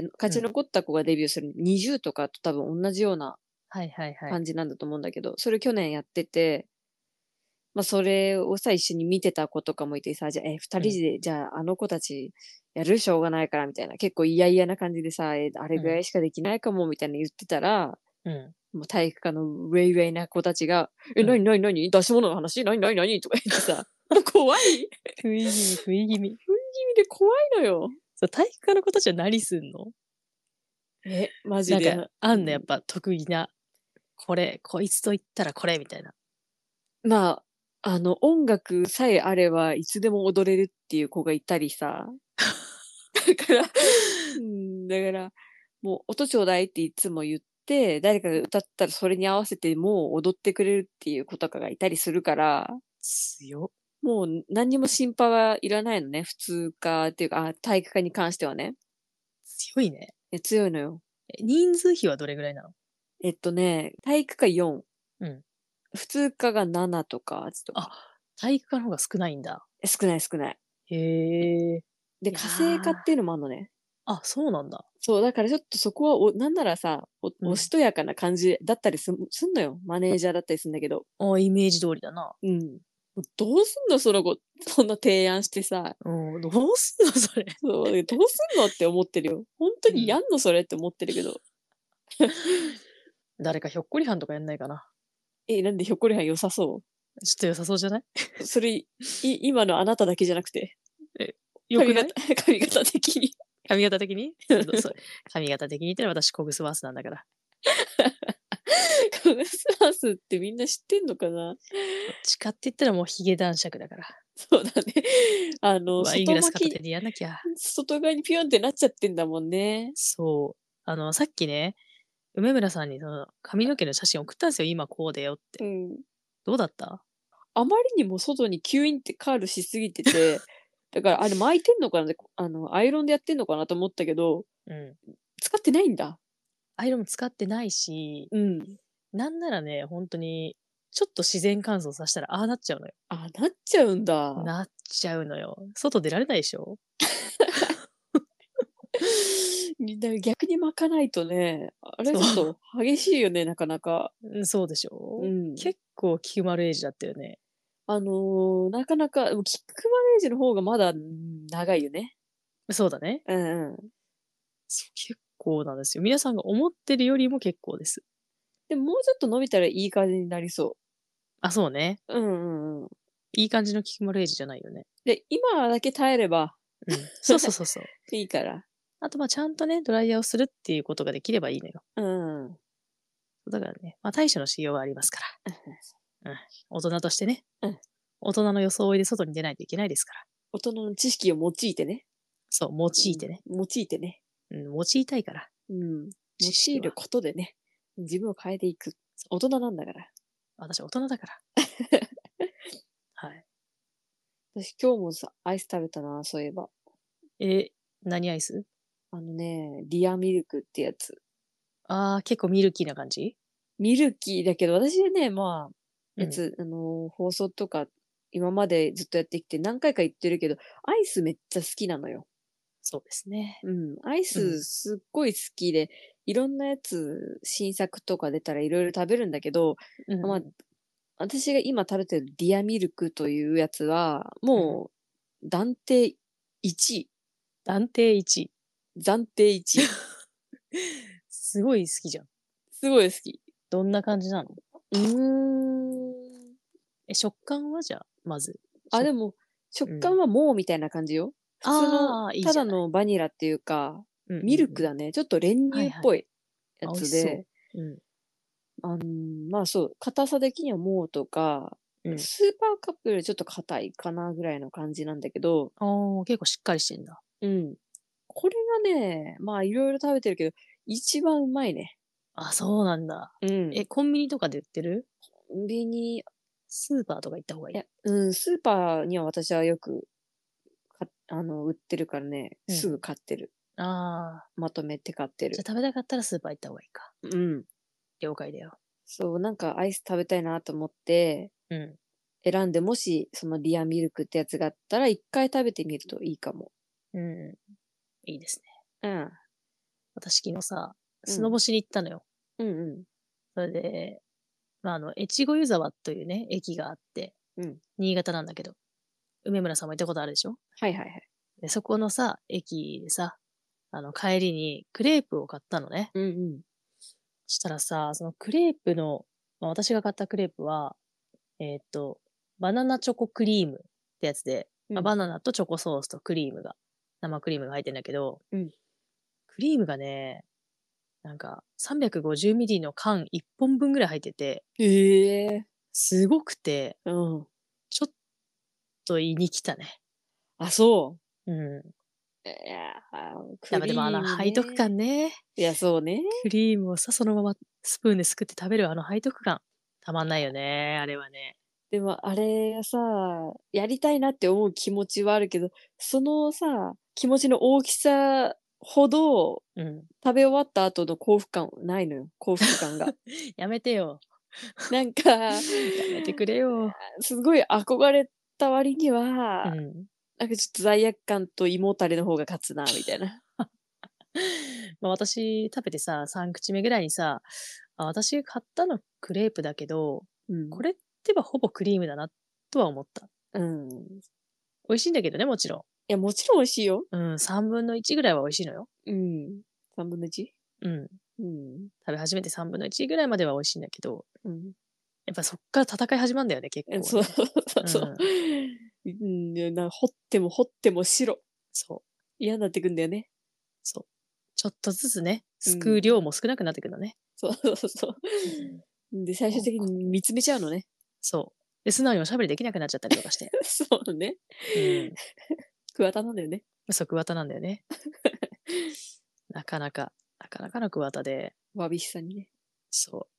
Speaker 2: 勝
Speaker 1: うん。
Speaker 2: ち残った子がデビューする20とかと多分同じような
Speaker 1: はいはいはい。
Speaker 2: 感じなんだと思うんだけど、それ去年やってて、まあそれをさ、一緒に見てた子とかもいてさ、じゃあ、二
Speaker 1: うん。
Speaker 2: 人で、じゃああの子たちやるしょうがないからみたいな、結構嫌々な感じでさ、あれ
Speaker 1: うん。
Speaker 2: ぐらいしかできないかもみたいな言ってたら、
Speaker 1: うん。
Speaker 2: もう体育科のウェイウェイな子たちが、な
Speaker 1: うん。
Speaker 2: になになに出し物の話なになになにとか言ってさ、もう怖い。
Speaker 1: 食い気味、食い気味。
Speaker 2: 不意気味で怖いのよ。
Speaker 1: そう、体育科の子たちは何すんの？
Speaker 2: マジで。
Speaker 1: なんか、あんの、やっ
Speaker 2: うん、
Speaker 1: ぱ得意な、これ、こいつと言ったらこれみたいな。
Speaker 2: まあ、音楽さえあればいつでも踊れるっていう子がいたりさ。だから、だから、もう音ちょうだいっていつも言って、誰かが歌ったらそれに合わせてもう踊ってくれるっていう子とかがいたりするから、
Speaker 1: 強っ。
Speaker 2: もう何にも心配はいらないのね。普通科っていうか、体育科に関してはね。
Speaker 1: 強いね。
Speaker 2: 強いのよ。
Speaker 1: 人数比はどれぐらいなの？
Speaker 2: 体育科4、
Speaker 1: うん。
Speaker 2: 普通科が7とか8と
Speaker 1: あ、
Speaker 2: か。
Speaker 1: 体育科の方が少ないんだ。
Speaker 2: 少ない少ない。
Speaker 1: へえ。
Speaker 2: で、
Speaker 1: いや
Speaker 2: 家政科っていう
Speaker 1: ー。
Speaker 2: のもあんのね。
Speaker 1: あ、そうなんだ。
Speaker 2: そう、だからちょっとそこはなんならさ、
Speaker 1: うん。
Speaker 2: おしとやかな感じだったりすんのよ。マネージャーだったりすんだけど。
Speaker 1: あ、イメージ通りだな。
Speaker 2: うん。どうすんのその子、そんな提案してさ。
Speaker 1: うん、どうすんのそれ。
Speaker 2: そう、どうすんのって思ってるよ。本当
Speaker 1: うん。
Speaker 2: にやんのそれって思ってるけど。
Speaker 1: 誰かひょっこりはんとかやんないかな。
Speaker 2: なんでひょっこりはん良さそ
Speaker 1: ちょっと良さそうじゃない？
Speaker 2: うそれ、今のあなただけじゃなくて、
Speaker 1: え、良く
Speaker 2: 髪型、
Speaker 1: ない？
Speaker 2: 髪型的に。
Speaker 1: 髪型的に？そう、髪型的に言ったら私コグスワースなんだから。
Speaker 2: クリスマスってみんな知ってんのかな。
Speaker 1: どっちかって言ったらもうヒゲ男爵だから。
Speaker 2: そうだね。
Speaker 1: ワイングラス片手にやんなきゃ。
Speaker 2: 外側にピヨンってなっちゃってんだもんね。
Speaker 1: そう。さっきね、梅村さんにその髪の毛の写真送ったんですよ、今こうだよって。
Speaker 2: うん。
Speaker 1: どうだった？
Speaker 2: あまりにも外にキュインってカールしすぎてて、だからあれ巻いてんのかなって、アイロンでやってんのかなと思ったけど、
Speaker 1: うん。
Speaker 2: 使ってないんだ。
Speaker 1: アイロンも使ってないし、
Speaker 2: うん。
Speaker 1: なんならね、ほんとに、ちょっと自然乾燥さしたら、ああなっちゃうのよ。
Speaker 2: あ、なっちゃうんだ。
Speaker 1: なっちゃうのよ。外出られないでしょ？
Speaker 2: 逆に巻かないとね、あれ
Speaker 1: そう。
Speaker 2: ちょっと激しいよね、なかなか。
Speaker 1: うん、そうでしょ？
Speaker 2: うん。
Speaker 1: 結構効くエイジだったよね。
Speaker 2: なかなか、でもキックマネージの方がまだ、長いよね。
Speaker 1: そうだね。
Speaker 2: うんうん。
Speaker 1: そう、結構なんですよ。皆さんが思ってるよりも結構です。
Speaker 2: でも、もうちょっと伸びたらいい感じになりそう。
Speaker 1: あ、そうね。
Speaker 2: うんうんうん。
Speaker 1: いい感じの効くエイジじゃないよね。
Speaker 2: で、今だけ耐えれば
Speaker 1: うん。そうそうそうそう。
Speaker 2: いいから。
Speaker 1: あと、ちゃんとね、ドライヤーをするっていうことができればいいのよ。
Speaker 2: うんうん。
Speaker 1: だからね、対処のしようはありますから。うん。大人としてね、
Speaker 2: うん。
Speaker 1: 大人の装いで外に出ないといけないですから。
Speaker 2: 大人の知識を用いてね。
Speaker 1: そう、用いてね。
Speaker 2: 用いてね。
Speaker 1: うん、用いたいから、
Speaker 2: うん。用いる
Speaker 1: 知識は。
Speaker 2: ことでね、自分を変えていく。大人なんだから。
Speaker 1: 私大人だから。はい。
Speaker 2: 私今日もさ、アイス食べたな、そういえば。
Speaker 1: 何アイス？
Speaker 2: ディアミルクってやつ。
Speaker 1: ああ、結構ミルキーな感じ？
Speaker 2: ミルキーだけど、私ね、まあ、
Speaker 1: うん。
Speaker 2: 放送とか、今までずっとやってきて何回か言ってるけど、アイスめっちゃ好きなのよ。
Speaker 1: そうですね。
Speaker 2: うん。アイ
Speaker 1: うん。
Speaker 2: スすっごい好きで、いろんなやつ、新作とか出たらいろいろ食べるんだけど、まあ、
Speaker 1: うんうん。
Speaker 2: 私が今食べてるディアミルクというやつは、
Speaker 1: うん。
Speaker 2: もう断定1位。
Speaker 1: 暫定1位。
Speaker 2: 暫定1位。
Speaker 1: すごい好きじゃん。
Speaker 2: すごい好き。
Speaker 1: どんな感じなの？
Speaker 2: うーん。
Speaker 1: 食感はじゃあ、まず。
Speaker 2: あ、でも、食
Speaker 1: うん。
Speaker 2: 感はもうみたいな感じよ。普通の
Speaker 1: ああ、いい
Speaker 2: ただ
Speaker 1: じゃない。
Speaker 2: のバニラっていうか、
Speaker 1: うんうん
Speaker 2: ミル
Speaker 1: うん。
Speaker 2: クだね。ちょっと練
Speaker 1: はいはい。
Speaker 2: 乳っぽいや
Speaker 1: あ、美味しそ
Speaker 2: つで、
Speaker 1: う。うん。
Speaker 2: まあそう、硬さ的にはもうとか、
Speaker 1: うん。
Speaker 2: スーパーカップよりちょっと硬いかなぐらいの感じなんだけど、
Speaker 1: ああ、結構しっかりしてんだ。
Speaker 2: うん。これがね、まあいろいろ食べてるけど、一番うまいね。
Speaker 1: あ、そうなんだ。
Speaker 2: うん。
Speaker 1: コンビニとかで売ってる？
Speaker 2: コンビニ、い
Speaker 1: スーパーとか行った方がいい？
Speaker 2: や、スーパーには私はよく、売ってるからね、
Speaker 1: うん。
Speaker 2: すぐ買ってる。
Speaker 1: ああ、
Speaker 2: まとめて買ってる。
Speaker 1: じゃあ食べたかったらスーパー行った方がいいか。
Speaker 2: うん。
Speaker 1: 了解だよ。
Speaker 2: そう、なんかアイス食べたいなと思って
Speaker 1: うん。
Speaker 2: 選んで、もしそのディアミルクってやつがあったら一回食べてみるといいかも。
Speaker 1: うん。いいですね。
Speaker 2: うん。
Speaker 1: 私昨日さ、
Speaker 2: うん。
Speaker 1: スノボしに行ったのよ。
Speaker 2: うんうん。
Speaker 1: それで、越後湯沢というね、駅があって、
Speaker 2: うん。
Speaker 1: 新潟なんだけど、梅村さんも行ったことあるでしょ？
Speaker 2: はいはいはい。
Speaker 1: で、そこのさ、駅でさ、帰りにクレープを買ったのね。
Speaker 2: うんうん。
Speaker 1: そしたらさ、そのクレープの、私が買ったクレープは、えーっと、バナナチョコクリームってやつで、
Speaker 2: うん。
Speaker 1: バナナとチョコソースとクリームが、生クリームが入ってんだけど、
Speaker 2: うん。
Speaker 1: クリームがね、なんか350ミリの缶1本分ぐらい入ってて、
Speaker 2: ええ。
Speaker 1: すごくて、
Speaker 2: うん。
Speaker 1: ちょっと胃に来たね。
Speaker 2: あ、そう。
Speaker 1: うん。
Speaker 2: いや
Speaker 1: やっ
Speaker 2: ク
Speaker 1: ぱでも
Speaker 2: リーム
Speaker 1: 背徳
Speaker 2: ね。
Speaker 1: 感ね。
Speaker 2: いや、そうね。
Speaker 1: クリームをさ、そのままスプーンですくって食べるあの背徳感。たまんないよね、あれはね。
Speaker 2: でもあれがさ、やりたいなって思う気持ちはあるけど、そのさ、気持ちの大きさほど、
Speaker 1: うん。
Speaker 2: 食べ終わった後の幸福感ないのよ、幸福感が。
Speaker 1: やめてよ。
Speaker 2: なんか、
Speaker 1: やめてくれよ。
Speaker 2: すごい憧れた割には、
Speaker 1: うん。
Speaker 2: なんかちょっと罪悪感と胃もたれの方が勝つなみたいな。
Speaker 1: 私食べてさ、3口目ぐらいにさ、私買ったのクレープだけど、
Speaker 2: うん。
Speaker 1: これってばほぼクリームだなとは思った。
Speaker 2: うん。
Speaker 1: 美味しいんだけどね、もちろ
Speaker 2: いや、もちろん美味しいよ。
Speaker 1: ん。うん、3分の1ぐらいは美味しいのよ。
Speaker 2: うん。1/3？
Speaker 1: うん。
Speaker 2: うん。
Speaker 1: 食べ始めて3分の1ぐらいまでは美味しいんだけど、
Speaker 2: うん。
Speaker 1: やっぱそっから戦い始まるんだよね、結構
Speaker 2: そう
Speaker 1: ね。
Speaker 2: そうそう。
Speaker 1: うん。
Speaker 2: うん、掘っても掘っても白。
Speaker 1: そう、
Speaker 2: 嫌になってくんだよね。
Speaker 1: そう。ちょっとずつね、
Speaker 2: うん。
Speaker 1: すくう量も少なくなってくのね。
Speaker 2: そうそうそう。
Speaker 1: うん。
Speaker 2: で、最終的に見つめちゃうのね。
Speaker 1: そう。 で、素直におしゃべりできなくなっちゃったりとかして。
Speaker 2: そうね。
Speaker 1: うん。
Speaker 2: 桑田なんだよね。
Speaker 1: そう、桑田なんだよね。なかなか、なかなかの桑田で、
Speaker 2: わびしさにね。
Speaker 1: そう。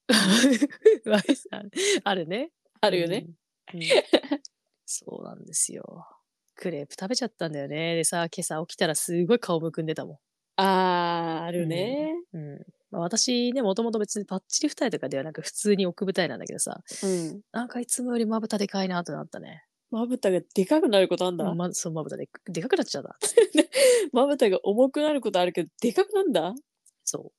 Speaker 1: ワイさん、あるね。
Speaker 2: あるよね。
Speaker 1: うん。うん。そうなんですよ。クレープ食べちゃったんだよね。でさ、今朝起きたらすごい顔むくんでたもん。
Speaker 2: あー、ある
Speaker 1: うん。
Speaker 2: ね。
Speaker 1: うん。まあ、私ね、もともと別にパッチリ二重とかではなく普通に奥二重なんだけどさ、
Speaker 2: うん。
Speaker 1: なんかいつもよりまぶたでかいなとなったね。
Speaker 2: まぶたがでかくなることあんだ。
Speaker 1: うん、そう、まぶたでかくなっちゃったっつって。
Speaker 2: まぶたが重くなることあるけど、でかくなんだ。
Speaker 1: そう。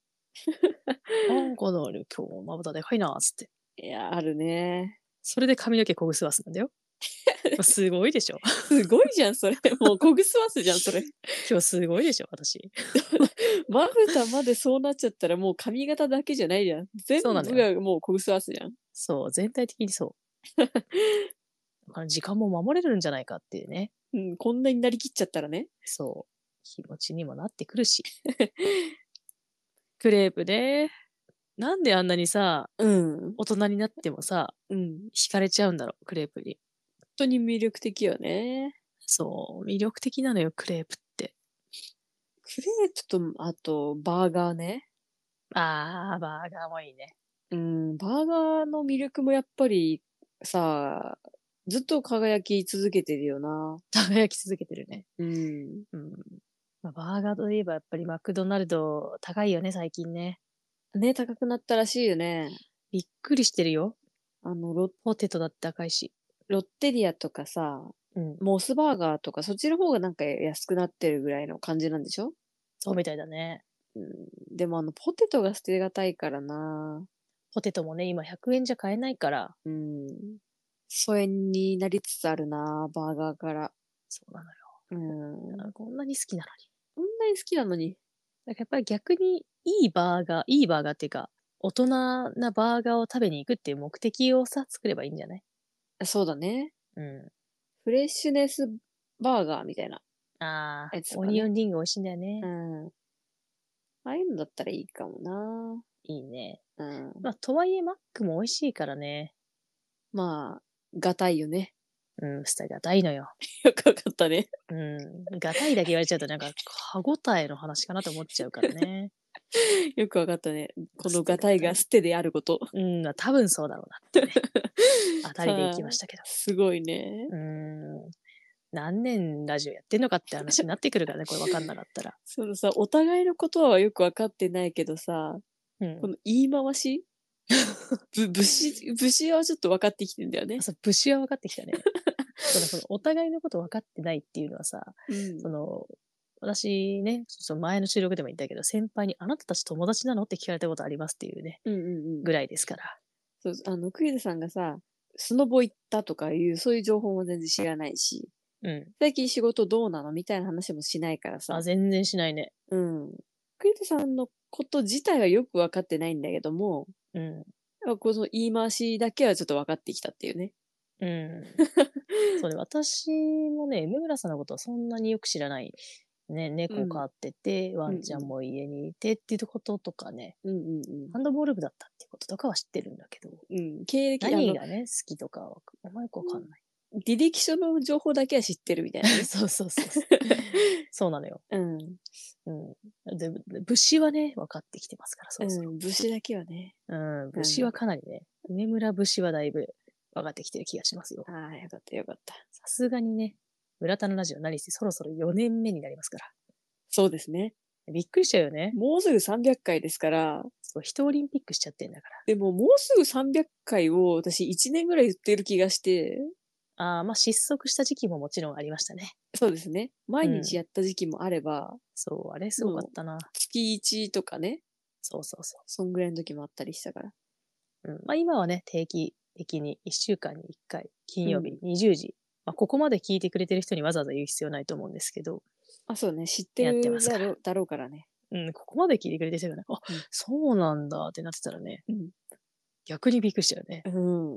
Speaker 1: なんかだね、今日まぶたでかいなっつって。
Speaker 2: いや、あるね。
Speaker 1: それで髪の毛こぐすわすなんだよ。すごいでしょ。
Speaker 2: すごいじゃん、それ。もうこぐすわすじゃん、それ。
Speaker 1: 今日すごいでしょ、私。
Speaker 2: まぶたまでそうなっちゃったらもう髪型だけじゃないじゃん。全部
Speaker 1: そうなのよ。
Speaker 2: がもうこぐすわすじゃん。
Speaker 1: そう、全体的にそう。だから時間も守れるんじゃないかっていうね。
Speaker 2: うん、こんなになりきっちゃったらね。
Speaker 1: そう。気持ちにもなってくるし。クレープね。なんであんなにさ、
Speaker 2: うん。
Speaker 1: 大人になってもさ、
Speaker 2: うん。
Speaker 1: 惹かれちゃうんだろう、クレープに。
Speaker 2: 本当に魅力的よね。
Speaker 1: そう、魅力的なのよ、クレープって。
Speaker 2: クレープと、あと、バーガーね。
Speaker 1: あー、バーガーもいいね。
Speaker 2: うん、バーガーの魅力もやっぱりさ、ずっと輝き続けてるよな。
Speaker 1: 輝き続けてるね。
Speaker 2: うん。
Speaker 1: うん。まあ、バーガーといえばやっぱりマクドナルド高いよね、最近ね。
Speaker 2: ね、高くなったらしいよね。
Speaker 1: びっくりしてるよ。
Speaker 2: あの、
Speaker 1: ポテトだって高いし。
Speaker 2: ロッテリアとかさ、
Speaker 1: うん。
Speaker 2: モスバーガーとかそっちの方がなんか安くなってるぐらいの感じなんでしょ？
Speaker 1: そうみたいだね。
Speaker 2: うん、でもポテトが捨てがたいからな。
Speaker 1: ポテトもね、今100円じゃ買えないから。
Speaker 2: うん。疎遠になりつつあるな、バーガーから。
Speaker 1: そうなのよ。
Speaker 2: うん。
Speaker 1: こんなに好きなのに。
Speaker 2: こんなに好きなのに。
Speaker 1: だからやっぱり逆にいいバーガーっていうか、大人なバーガーを食べに行くっていう目的をさ、作ればいいんじゃない？
Speaker 2: そうだね。
Speaker 1: うん。
Speaker 2: フレッシュネスバーガーみたいな
Speaker 1: ああ、
Speaker 2: やつと
Speaker 1: オ
Speaker 2: かね。
Speaker 1: ニオンリング美味しいんだよ
Speaker 2: う
Speaker 1: ね。
Speaker 2: ん。ああいうのだったらいいかもな。
Speaker 1: いいね。
Speaker 2: うん。
Speaker 1: まあ、とはいえマックも美味しいからね。
Speaker 2: まあ、がたいよね。
Speaker 1: うん、スタがたいのよ。
Speaker 2: よくわかったね。
Speaker 1: うん。がたいだけ言われちゃうとなんか歯応えの話かなと思っちゃうからね。
Speaker 2: よくわかったね。この
Speaker 1: ステ
Speaker 2: がたいが捨てであること。
Speaker 1: うん、多分そうだろうなってね。当たりでい
Speaker 2: はあ、
Speaker 1: きましたけど。
Speaker 2: すごいね。
Speaker 1: うーん。何年ラジオやってんのかって話になってくるからね、これ分かんなかったら。
Speaker 2: そのさ、お互いのことはよくわかってないけどさ、
Speaker 1: うん。
Speaker 2: この言い回し節はちょっと分かってきてんだよね。
Speaker 1: そう、節は分かってきたね。そのお互いのこと分かってないっていうのはさ、
Speaker 2: うん。
Speaker 1: その、私ね、その前の収録でも言ったけど、先輩にあなたたち友達なのって聞かれたことありますっていうね、
Speaker 2: うんうんうん。
Speaker 1: ぐらいですから。
Speaker 2: そう、クイズさんがさ、スノボ行ったとかいう、そういう情報も全然知らないし、
Speaker 1: うん。
Speaker 2: 最近仕事どうなのみたいな話もしないから
Speaker 1: あ、
Speaker 2: さ。
Speaker 1: 全然しないね。
Speaker 2: うん。クイズさんのこと自体はよく分かってないんだけども、
Speaker 1: うん。
Speaker 2: この言い回しだけはちょっと分かってきたっていうね。
Speaker 1: うん。そうね、私もね、梅村さんのことはそんなによく知らない。ね、
Speaker 2: うん。
Speaker 1: 猫飼ってて、ワ
Speaker 2: うん
Speaker 1: ンちゃんも家にいてっていうこととかね、
Speaker 2: うんうんうん
Speaker 1: ハンドボール部だったっていうこととかは知ってるんだけど、
Speaker 2: うん。うん。経歴、
Speaker 1: 何がね、好きとかはあんまりよくわかんない。
Speaker 2: 履歴書の情報だけは知ってるみたいなね。
Speaker 1: そうそうそうそう。そうなのよ。
Speaker 2: うん。
Speaker 1: うん。で、武士はね、分かってきてますから、そろそろ。
Speaker 2: うん。武士だけはね。
Speaker 1: うん、
Speaker 2: うん。
Speaker 1: 武士はかなりね、梅村武士はだいぶ分かってきてる気がしますよ。
Speaker 2: ああ、よかったよかった。
Speaker 1: さすがにね、村田のラジオ何せそろそろ4年目になりますから。
Speaker 2: そうですね。
Speaker 1: びっくりしちゃうよね。
Speaker 2: もうすぐ300回ですから、
Speaker 1: そう、一オリンピックしちゃってんだから。
Speaker 2: でももうすぐ300回を私1年ぐらい言ってる気がして、
Speaker 1: ああ、まあ失速した時期ももちろんありましたね。
Speaker 2: そうですね。毎日
Speaker 1: うん。
Speaker 2: やった時期もあれば、
Speaker 1: そう、あれすごか
Speaker 2: もう
Speaker 1: ったな。
Speaker 2: 月1とかね、
Speaker 1: そうそうそ
Speaker 2: そんぐらいの時もあったりしたから。
Speaker 1: う。うん。まあ今はね、定期的に1週間に1回、金曜日
Speaker 2: うん。
Speaker 1: 20時。まあここまで聞いてくれてる人にわざわざ言う必要ないと思うんですけど、
Speaker 2: あ、そうね。知って
Speaker 1: やってますから。
Speaker 2: るだろうからね。
Speaker 1: うん、ここまで聞いてくれてる人がね、あ、
Speaker 2: うん。
Speaker 1: そうなんだってなってたらね、
Speaker 2: うん。
Speaker 1: 逆にびっくりしちゃうね。
Speaker 2: うん。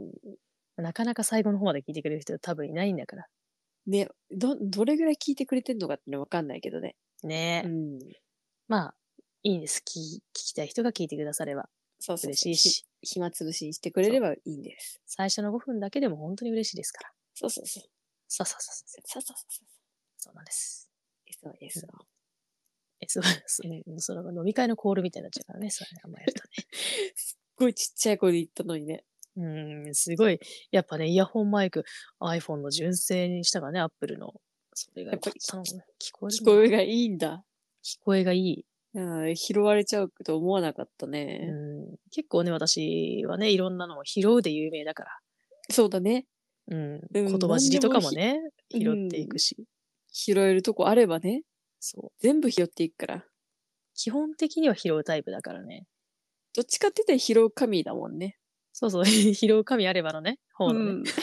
Speaker 1: なかなか最後の方まで聞いてくれる人多分いないんだから。
Speaker 2: ね、どれぐらい聞いてくれてんのかってのわかんないけどね。
Speaker 1: ねえ。
Speaker 2: うん。
Speaker 1: まあ、いいんです。聞きたい人が聞いてくだされば。
Speaker 2: そうそうそう。
Speaker 1: 嬉しいし、
Speaker 2: 暇つぶしにしてくれればいいんです。
Speaker 1: 最初の5分だけでも本当に嬉しいですから。
Speaker 2: そうそうそう。
Speaker 1: そうそうそうそう。
Speaker 2: そうそうそう。
Speaker 1: そうなんです。
Speaker 2: そうですよ。
Speaker 1: その飲み会のコールみたいになっちゃうからね、それね、あんまやるとね。
Speaker 2: すっごいちっちゃい声で言ったのにね。
Speaker 1: すごい、やっぱね、イヤホンマイク、iPhone の純正にしたからね、Apple の。それが
Speaker 2: やっぱり
Speaker 1: 良かったの。聞こえる
Speaker 2: 聞こえがいいんだ。
Speaker 1: 聞こえがいい。
Speaker 2: 拾われちゃうと思わなかったね。
Speaker 1: 結構ね、私はね、いろんなのを拾うで有名だから。
Speaker 2: そうだね。
Speaker 1: 言葉尻とかもね、拾っていくし。
Speaker 2: 拾えるとこあればね。
Speaker 1: そう。
Speaker 2: 全部拾っていくから。
Speaker 1: 基本的には拾うタイプだからね。
Speaker 2: どっちかって言ったら拾う神だもんね。
Speaker 1: そうそう、拾う神あればのね、方のね。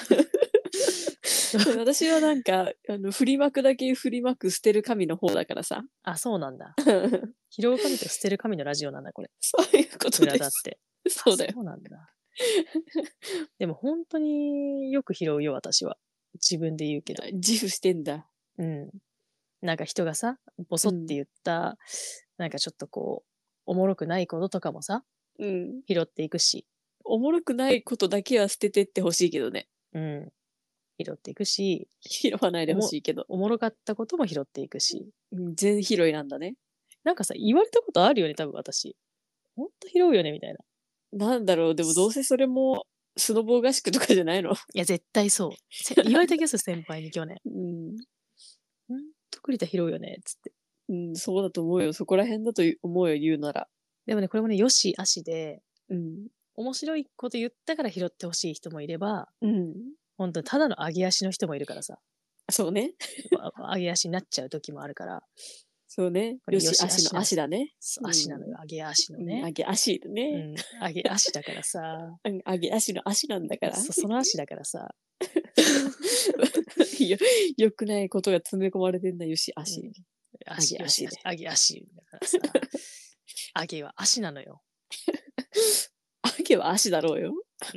Speaker 2: 私はなんか、振りまくだけ振りまく捨てる神の方だからさ。
Speaker 1: あ、そうなんだ。拾う神と捨てる神のラジオなんだ、これ。
Speaker 2: そういうこと
Speaker 1: 裏
Speaker 2: です。
Speaker 1: だって。
Speaker 2: そうだよ。
Speaker 1: そうなんだ。でも本当によく拾うよ、私は。自分で言うけど。
Speaker 2: 自負してんだ。
Speaker 1: なんか人がさ、ボソって言った、なんかちょっとこう、おもろくないこととかもさ、拾っていくし。
Speaker 2: おもろくないことだけは捨ててってほしいけどね。
Speaker 1: 拾っていくし、
Speaker 2: 拾わないでほしいけど。
Speaker 1: おもろかったことも拾っていくし。
Speaker 2: 全拾いなんだね。
Speaker 1: なんかさ、言われたことあるよね、多分私。ほんと拾うよね、みたいな。
Speaker 2: なんだろう、でもどうせそれも、スノボー合宿とかじゃないの？
Speaker 1: いや、絶対そう。言われた気がする、先輩に去年。ほんと栗田拾うよね、つって。
Speaker 2: そうだと思うよ。そこら辺だと思うよ、言うなら。
Speaker 1: でもね、これもね、よし、あしで、面白いこと言ったから拾ってほしい人もいれば、本当にただの上げ足の人もいるからさ。
Speaker 2: そうね。
Speaker 1: 上げ足になっちゃう時もあるから。
Speaker 2: そうね。よし、足の足だね。
Speaker 1: 足なのよ、上げ足のね。
Speaker 2: 上げ足だね。
Speaker 1: 上げ足だからさ。
Speaker 2: 上げ足の足なんだから。
Speaker 1: その足だからさ。
Speaker 2: よくないことが詰め込まれてんだよし、足。
Speaker 1: 上げ足だからさ。上げは足なのよ。
Speaker 2: 上げは足だろうよ。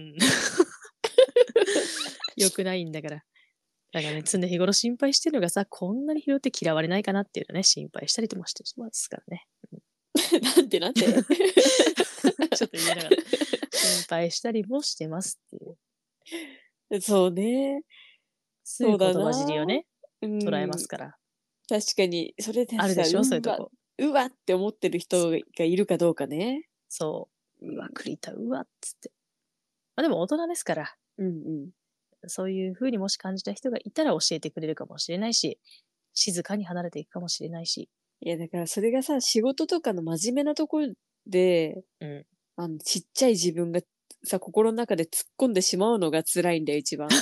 Speaker 1: よくないんだから。だからね、常日頃心配してるのがさ、こんなに拾って嫌われないかなっていうのね、心配したりともしてますからね。
Speaker 2: なんてちょっ
Speaker 1: と言えなかった。心配したりもしてますっていう。
Speaker 2: そうね。
Speaker 1: そうだな。言葉尻をね、捉えますから。
Speaker 2: 確かに、それで
Speaker 1: あるでしょ、そういうとこ。
Speaker 2: うわって思ってる人がいるかどうかね。
Speaker 1: そう。うわ、栗田、うわっつって。まあでも大人ですから。そういう風にもし感じた人がいたら教えてくれるかもしれないし、静かに離れていくかもしれないし。
Speaker 2: いや、だからそれがさ、仕事とかの真面目なところで、ちっちゃい自分がさ、心の中で突っ込んでしまうのが辛いんだよ、一番。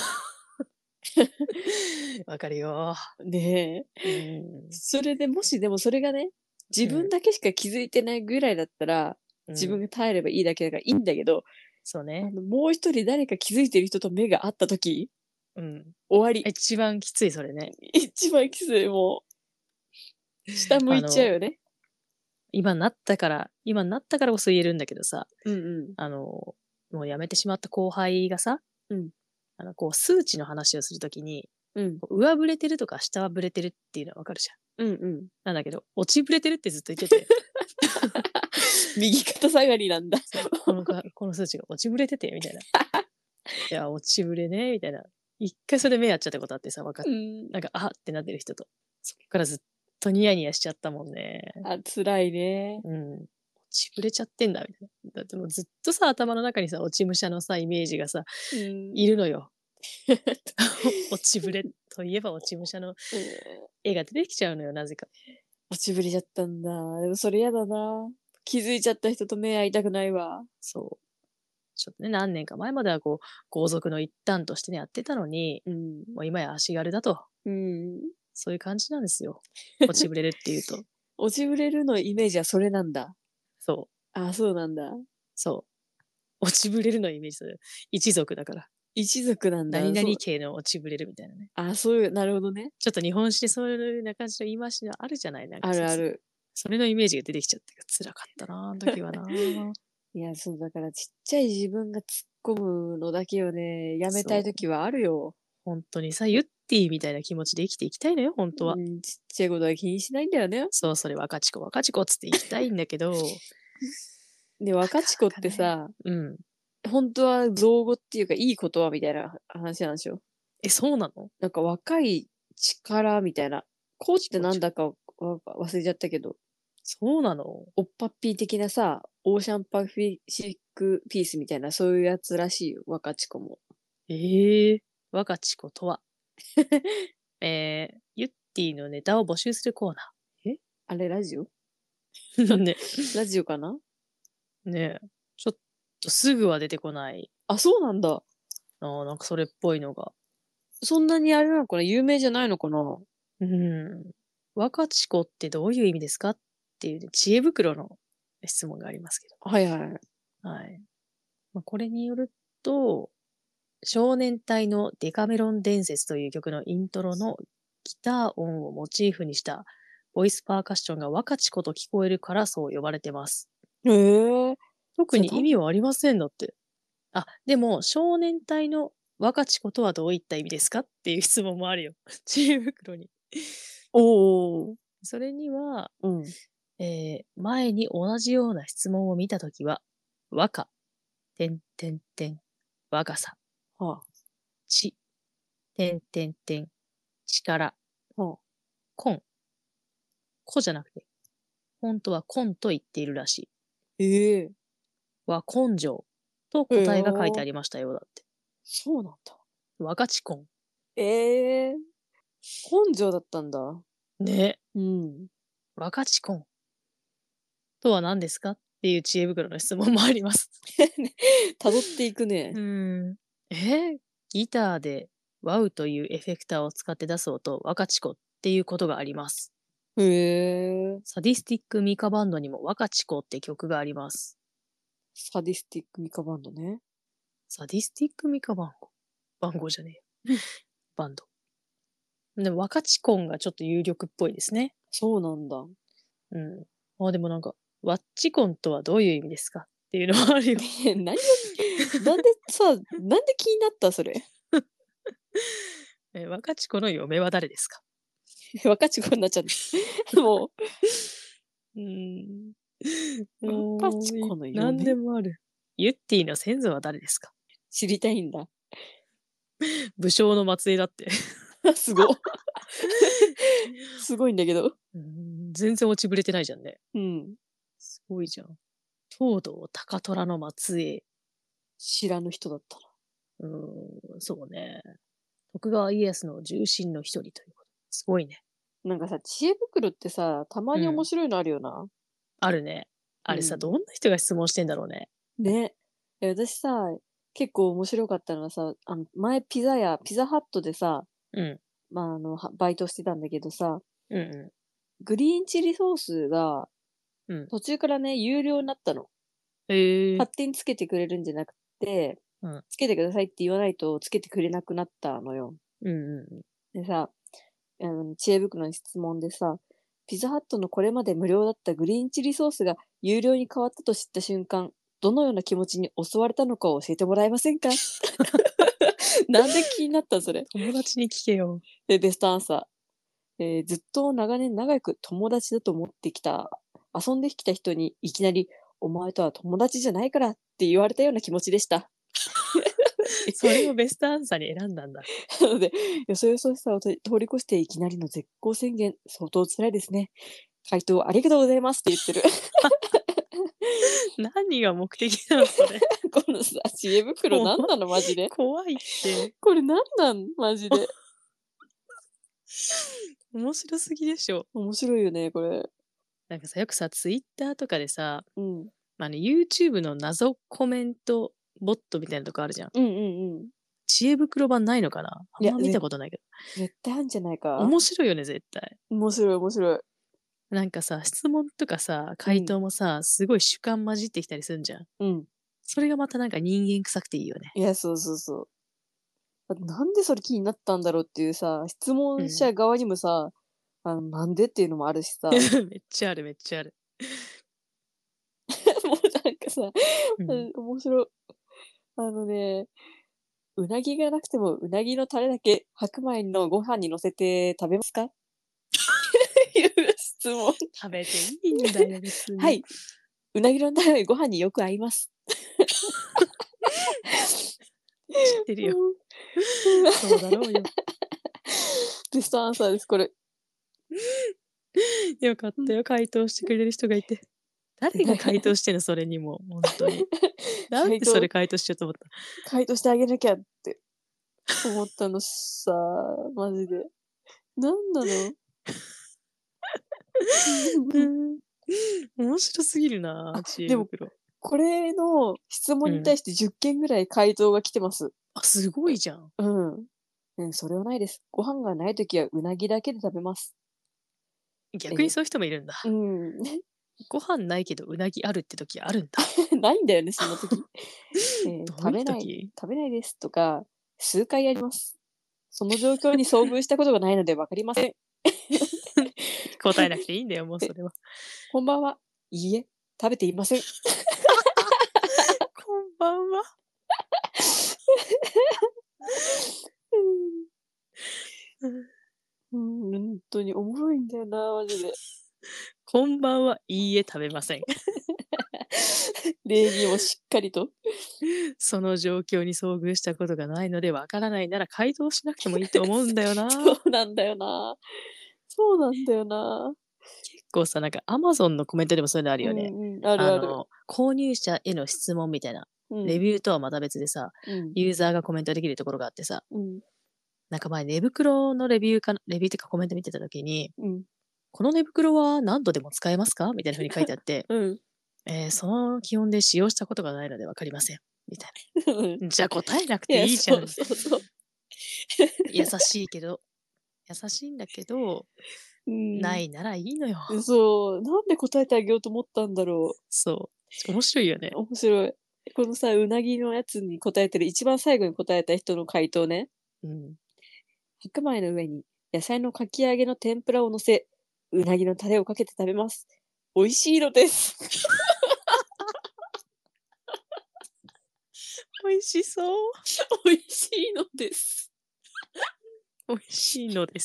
Speaker 1: わかるよ。
Speaker 2: ねえ。それでもし、でもそれがね、自分だけしか気づいてないぐらいだったら、自分が耐えればいいだけだからいいんだけど、
Speaker 1: そうね。
Speaker 2: もう一人誰か気づいてる人と目が合った時、終わり。
Speaker 1: 一番きつい、それね。
Speaker 2: 一番きつい、もう。下向いちゃうよね。
Speaker 1: 今になったからこそ言えるんだけどさ、もう辞めてしまった後輩がさ、こう数値の話をするときに、上振れてるとか下はぶれてるっていうのはわかるじゃん。なんだけど、落ちぶれてるってずっと言ってて。
Speaker 2: 右肩下がりなんだ。
Speaker 1: この数値が落ちぶれてて、みたいな。いや、落ちぶれね、みたいな。一回それで目合っちゃったことあってさ、なんか、あってなってる人と。そっからずっとニヤニヤしちゃったもんね。
Speaker 2: 辛いね。
Speaker 1: 落ちぶれちゃってんだ、みたいな。だってもうずっとさ、頭の中にさ、落ち武者のさ、イメージがさ、いるのよ。落ちぶれといえば落ち武者の絵が出てきちゃうのよ、なぜか。
Speaker 2: 落ちぶれちゃったんだ。でもそれやだな。気づいちゃった人と目合いたくないわ。
Speaker 1: そう。ちょっとね、何年か前まではこう、皇族の一端としてね、やってたのに、もう今や足軽だと。そういう感じなんですよ。落ちぶれるっていうと。
Speaker 2: 落ちぶれるのイメージはそれなんだ。
Speaker 1: そう。
Speaker 2: あ、そうなんだ。
Speaker 1: そう。落ちぶれるのイメージする。一族だから。
Speaker 2: 一族なんだ。
Speaker 1: 何々系の落ちぶれるみたいなね。
Speaker 2: あ、そういう、なるほどね。
Speaker 1: ちょっと日本史でそういうな感じの言い回しがあるじゃないなんか
Speaker 2: あるある。
Speaker 1: それのイメージが出てきちゃって辛かったな、あの時はな。
Speaker 2: いや、そうだからちっちゃい自分が突っ込むのだけをね、やめたい時はあるよ。
Speaker 1: 本当にさ、ユッティみたいな気持ちで生きていきたいのよ、本当は。
Speaker 2: ちっちゃいことは気にしないんだよね。
Speaker 1: そう、それ若ちこっつっていきたいんだけど、
Speaker 2: で、若智子ってさ、
Speaker 1: うん。
Speaker 2: 本当は造語っていうかいい言葉みたいな話なんでしょ。
Speaker 1: そうなの？
Speaker 2: なんか若い力みたいな。こうってなんだか忘れちゃったけど。
Speaker 1: そうなの？
Speaker 2: おっぱっぴー的なさ、オーシャンパフィシックピースみたいな、そういうやつらしいよ、若智子も。
Speaker 1: 若智子とは。ユッティのネタを募集するコーナ
Speaker 2: ー。あれ、ラジオ
Speaker 1: ね。
Speaker 2: ラジオかな
Speaker 1: ねえ。ちょっとすぐは出てこない。
Speaker 2: あ、そうなんだ。
Speaker 1: なんかそれっぽいのが。
Speaker 2: そんなにあれなのかな、有名じゃないのかな。
Speaker 1: 若智子ってどういう意味ですかっていう、ね、知恵袋の質問がありますけど。
Speaker 2: はいはい。
Speaker 1: はい。これによると、少年隊のデカメロン伝説という曲のイントロのギター音をモチーフにしたボイスパーカッションが若智子と聞こえるからそう呼ばれてます。特に意味はありませんだって。でも少年隊の若智子とはどういった意味ですかっていう質問もあるよ。知恵袋に。それには、前に同じような質問を見たときは、若、若さ、ち、力、根、子じゃなくて、本当は根と言っているらしい。は根性と答えが書いてありましたよ、だって。
Speaker 2: そうなんだ。
Speaker 1: 若智根。
Speaker 2: 根性だったんだ。
Speaker 1: ね。若智根とは何ですかっていう知恵袋の質問もあります。
Speaker 2: 辿っていくね。
Speaker 1: ギターでワウというエフェクターを使って出そうと若智子っていうことがあります。サディスティックミカバンドにも若智子って曲があります。
Speaker 2: サディスティックミカバンドね。
Speaker 1: サディスティックミカ番号じゃねえよ。バンド。でも若智子がちょっと有力っぽいですね。
Speaker 2: そうなんだ。
Speaker 1: でもなんか、ワッチコンとはどういう意味ですかっていうのもあるよ。
Speaker 2: なんで気になったそれ。
Speaker 1: 若智子の嫁は誰ですか？
Speaker 2: 若智子になっちゃった。も
Speaker 1: う。
Speaker 2: 若智子の嫁。
Speaker 1: 何でもある。ユッティの先祖は誰ですか？
Speaker 2: 知りたいんだ。
Speaker 1: 武将の末裔だって。
Speaker 2: すご。すごいんだけど。
Speaker 1: 全然落ちぶれてないじゃんね。すごいじゃん。東堂高虎の末裔。
Speaker 2: 知らぬ人だった
Speaker 1: な。そうね。徳川家康の重臣の一人ということ。すごいね。
Speaker 2: なんかさ、知恵袋ってさ、たまに面白いのあるよな。
Speaker 1: あるね。あれさ、どんな人が質問してんだろうね。
Speaker 2: ね。私さ、結構面白かったのはさ、前ピザハットでさ、バイトしてたんだけどさ、グリーンチリソースが、途中からね、有料になったの。勝手につけてくれるんじゃなくて、つけてくださいって言わないとつけてくれなくなったのよ。でさ、知恵袋の質問でさ、ピザハットのこれまで無料だったグリーンチリソースが有料に変わったと知った瞬間、どのような気持ちに襲われたのかを教えてもらえませんか？なんで気になったそれ。
Speaker 1: 友達に聞けよ。
Speaker 2: で、ベストアンサー。ずっと長く友達だと思ってきた、遊んできた人にいきなり、お前とは友達じゃないからって言われたような気持ちでした。
Speaker 1: それをベストアンサーに選んだんだ。
Speaker 2: なので、よそよそしさを通り越していきなりの絶好宣言、相当辛いですね。回答ありがとうございますって言ってる。
Speaker 1: 何が目的なのそれ。
Speaker 2: このさ、知恵袋何なのマジで。
Speaker 1: 怖いって。
Speaker 2: これ何なんマジで。
Speaker 1: 面白すぎでしょ。
Speaker 2: 面白いよね、これ。
Speaker 1: なんかさ、よくさ、ツイッターとかでさ、YouTube の謎コメントボットみたいなとこあるじゃん。知恵袋版ないのかな？あんま見たことないけど。
Speaker 2: 絶対あるんじゃないか。
Speaker 1: 面白いよね、絶対。
Speaker 2: 面白い。
Speaker 1: なんかさ、質問とかさ、回答もさ、すごい主観混じってきたりするんじゃん。それがまたなんか人間臭くていいよね。
Speaker 2: いや、そう。なんでそれ気になったんだろうっていうさ、質問者側にもさ、なんでっていうのもあるしさ。
Speaker 1: めっちゃある。
Speaker 2: もうなんかさ、面白い。うなぎがなくてもうなぎのタレだけ白米のご飯に乗せて食べますか？いう質問。
Speaker 1: 食べていいんだよ、別に。
Speaker 2: はい。 うなぎのタレご飯によく合います。
Speaker 1: 知ってるよ。そうだろうよ。
Speaker 2: ベストアンサーです、これ。
Speaker 1: よかったよ、回答してくれる人がいて。誰が回答してんの、それにも。本当に。なんでそれ回答しようと思った。
Speaker 2: 回答してあげなきゃって思ったのさ、マジで。なんなの
Speaker 1: 面白すぎるな、知恵
Speaker 2: でも、
Speaker 1: 袋。
Speaker 2: これの質問に対して10件ぐらい回答が来てます。
Speaker 1: あ、すごいじゃん。
Speaker 2: それはないです。ご飯がないときはうなぎだけで食べます。
Speaker 1: 逆にそういう人もいるんだ。ご飯ないけどうなぎあるって時あるんだ。
Speaker 2: ないんだよね、その時。食べないですとか、数回あります。その状況に遭遇したことがないので分かりません。
Speaker 1: 答えなくていいんだよ、もうそれは。
Speaker 2: こんばんは。いいえ、食べていません。
Speaker 1: こんばんは。
Speaker 2: 本当におもろいんだよな、マジで。
Speaker 1: こんばんは、いいえ、食べません。
Speaker 2: 礼儀をしっかりと。
Speaker 1: その状況に遭遇したことがないのでわからないなら回答しなくてもいいと思うんだよな。
Speaker 2: そうなんだよな。そうなんだよな。
Speaker 1: 結構さ、なんか Amazon のコメントでもそういうのあるよね。
Speaker 2: あるある。
Speaker 1: 購入者への質問みたいな。レビューとはまた別でさ、ユーザーがコメントできるところがあってさ、なんか前寝袋のレビューっていうかコメント見てた時に、この寝袋は何度でも使えますかみたいな風に書いてあって、その気温で使用したことがないので分かりません。みたいな。じゃあ答えなくていいじゃん。優しいけど、優しいんだけど、ないならいいのよ。
Speaker 2: そう。なんで答えてあげようと思ったんだろう。
Speaker 1: そう。面白いよね。
Speaker 2: 面白い。このさ、うなぎのやつに答えてる、一番最後に答えた人の回答ね。白米の上に野菜のかき揚げの天ぷらを乗せ、うなぎのタレをかけて食べます。美味しいのです。
Speaker 1: 美味しそう。
Speaker 2: 美味しいのです。
Speaker 1: 美味しいのです。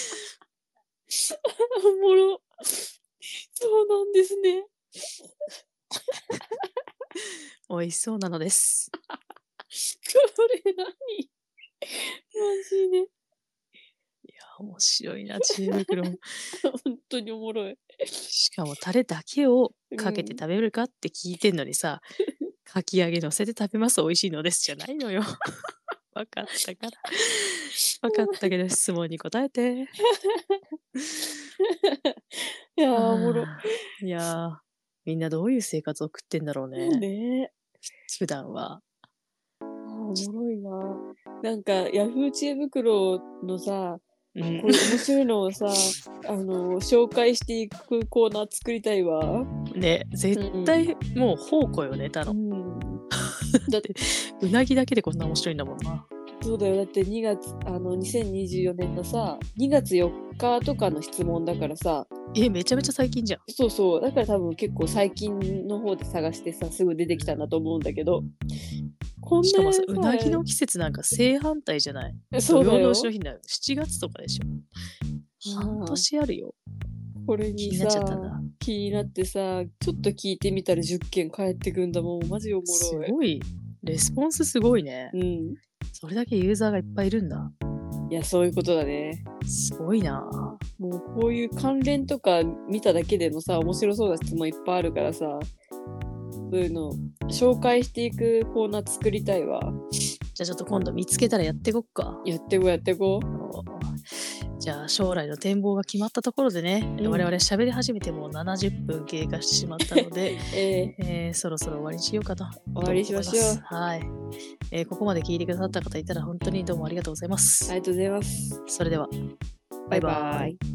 Speaker 2: おもろ。そうなんですね。
Speaker 1: 美味しそうなのです。
Speaker 2: これ何？マジね。
Speaker 1: いや、面白いな、知恵袋。
Speaker 2: 本当におもろい。
Speaker 1: しかもタレだけをかけて食べるかって聞いてんのにさ、かき揚げ乗せて食べます美味しいのですじゃないのよ。分かったから。分かったけど質問に答えて。
Speaker 2: いやー、おもろ。
Speaker 1: いやー、みんなどういう生活を送ってんだろうね。
Speaker 2: ね。
Speaker 1: 普段は。
Speaker 2: おもろいな。なんか、ヤフー知恵袋のさ、こういう面白いのをさ、紹介していくコーナー作りたいわ。ね、
Speaker 1: 絶対もう宝庫よね、たの。だって、うなぎだけでこんな面白いんだもんな。
Speaker 2: そうだよ。だって2024年のさ、2月4日とかの質問だからさ。
Speaker 1: めちゃめちゃ最近じゃん。
Speaker 2: そうそう。だから多分結構最近の方で探してさ、すぐ出てきたんだと思うんだけど。
Speaker 1: しかもさ、うなぎの季節なんか正反対じゃない。
Speaker 2: そうだよ。
Speaker 1: 土曜の後ろ日だよ。7月とかでしょ。半年あるよ。
Speaker 2: これにさ、気になってさ、ちょっと聞いてみたら10件返ってくんだもん。マジおもろい。
Speaker 1: すごい。レスポンスすごいね。それだけユーザーがいっぱいいるんだ。
Speaker 2: いや、そういうことだね。
Speaker 1: すごいな。
Speaker 2: もうこういう関連とか見ただけでもさ、面白そうな質問いっぱいあるからさ、そういうの紹介していくコーナー作りたいわ。
Speaker 1: じゃあちょっと今度見つけたらやってこっか。
Speaker 2: やってこう。
Speaker 1: じゃあ将来の展望が決まったところでね、我々喋り始めてもう70分経過してしまったので、そろそろ終わりにしようかな。
Speaker 2: 終わりにしましょう。
Speaker 1: はい。ここまで聞いてくださった方いたら本当にどうもありがとうございます。
Speaker 2: ありがとうございます。
Speaker 1: それでは、バイバイ。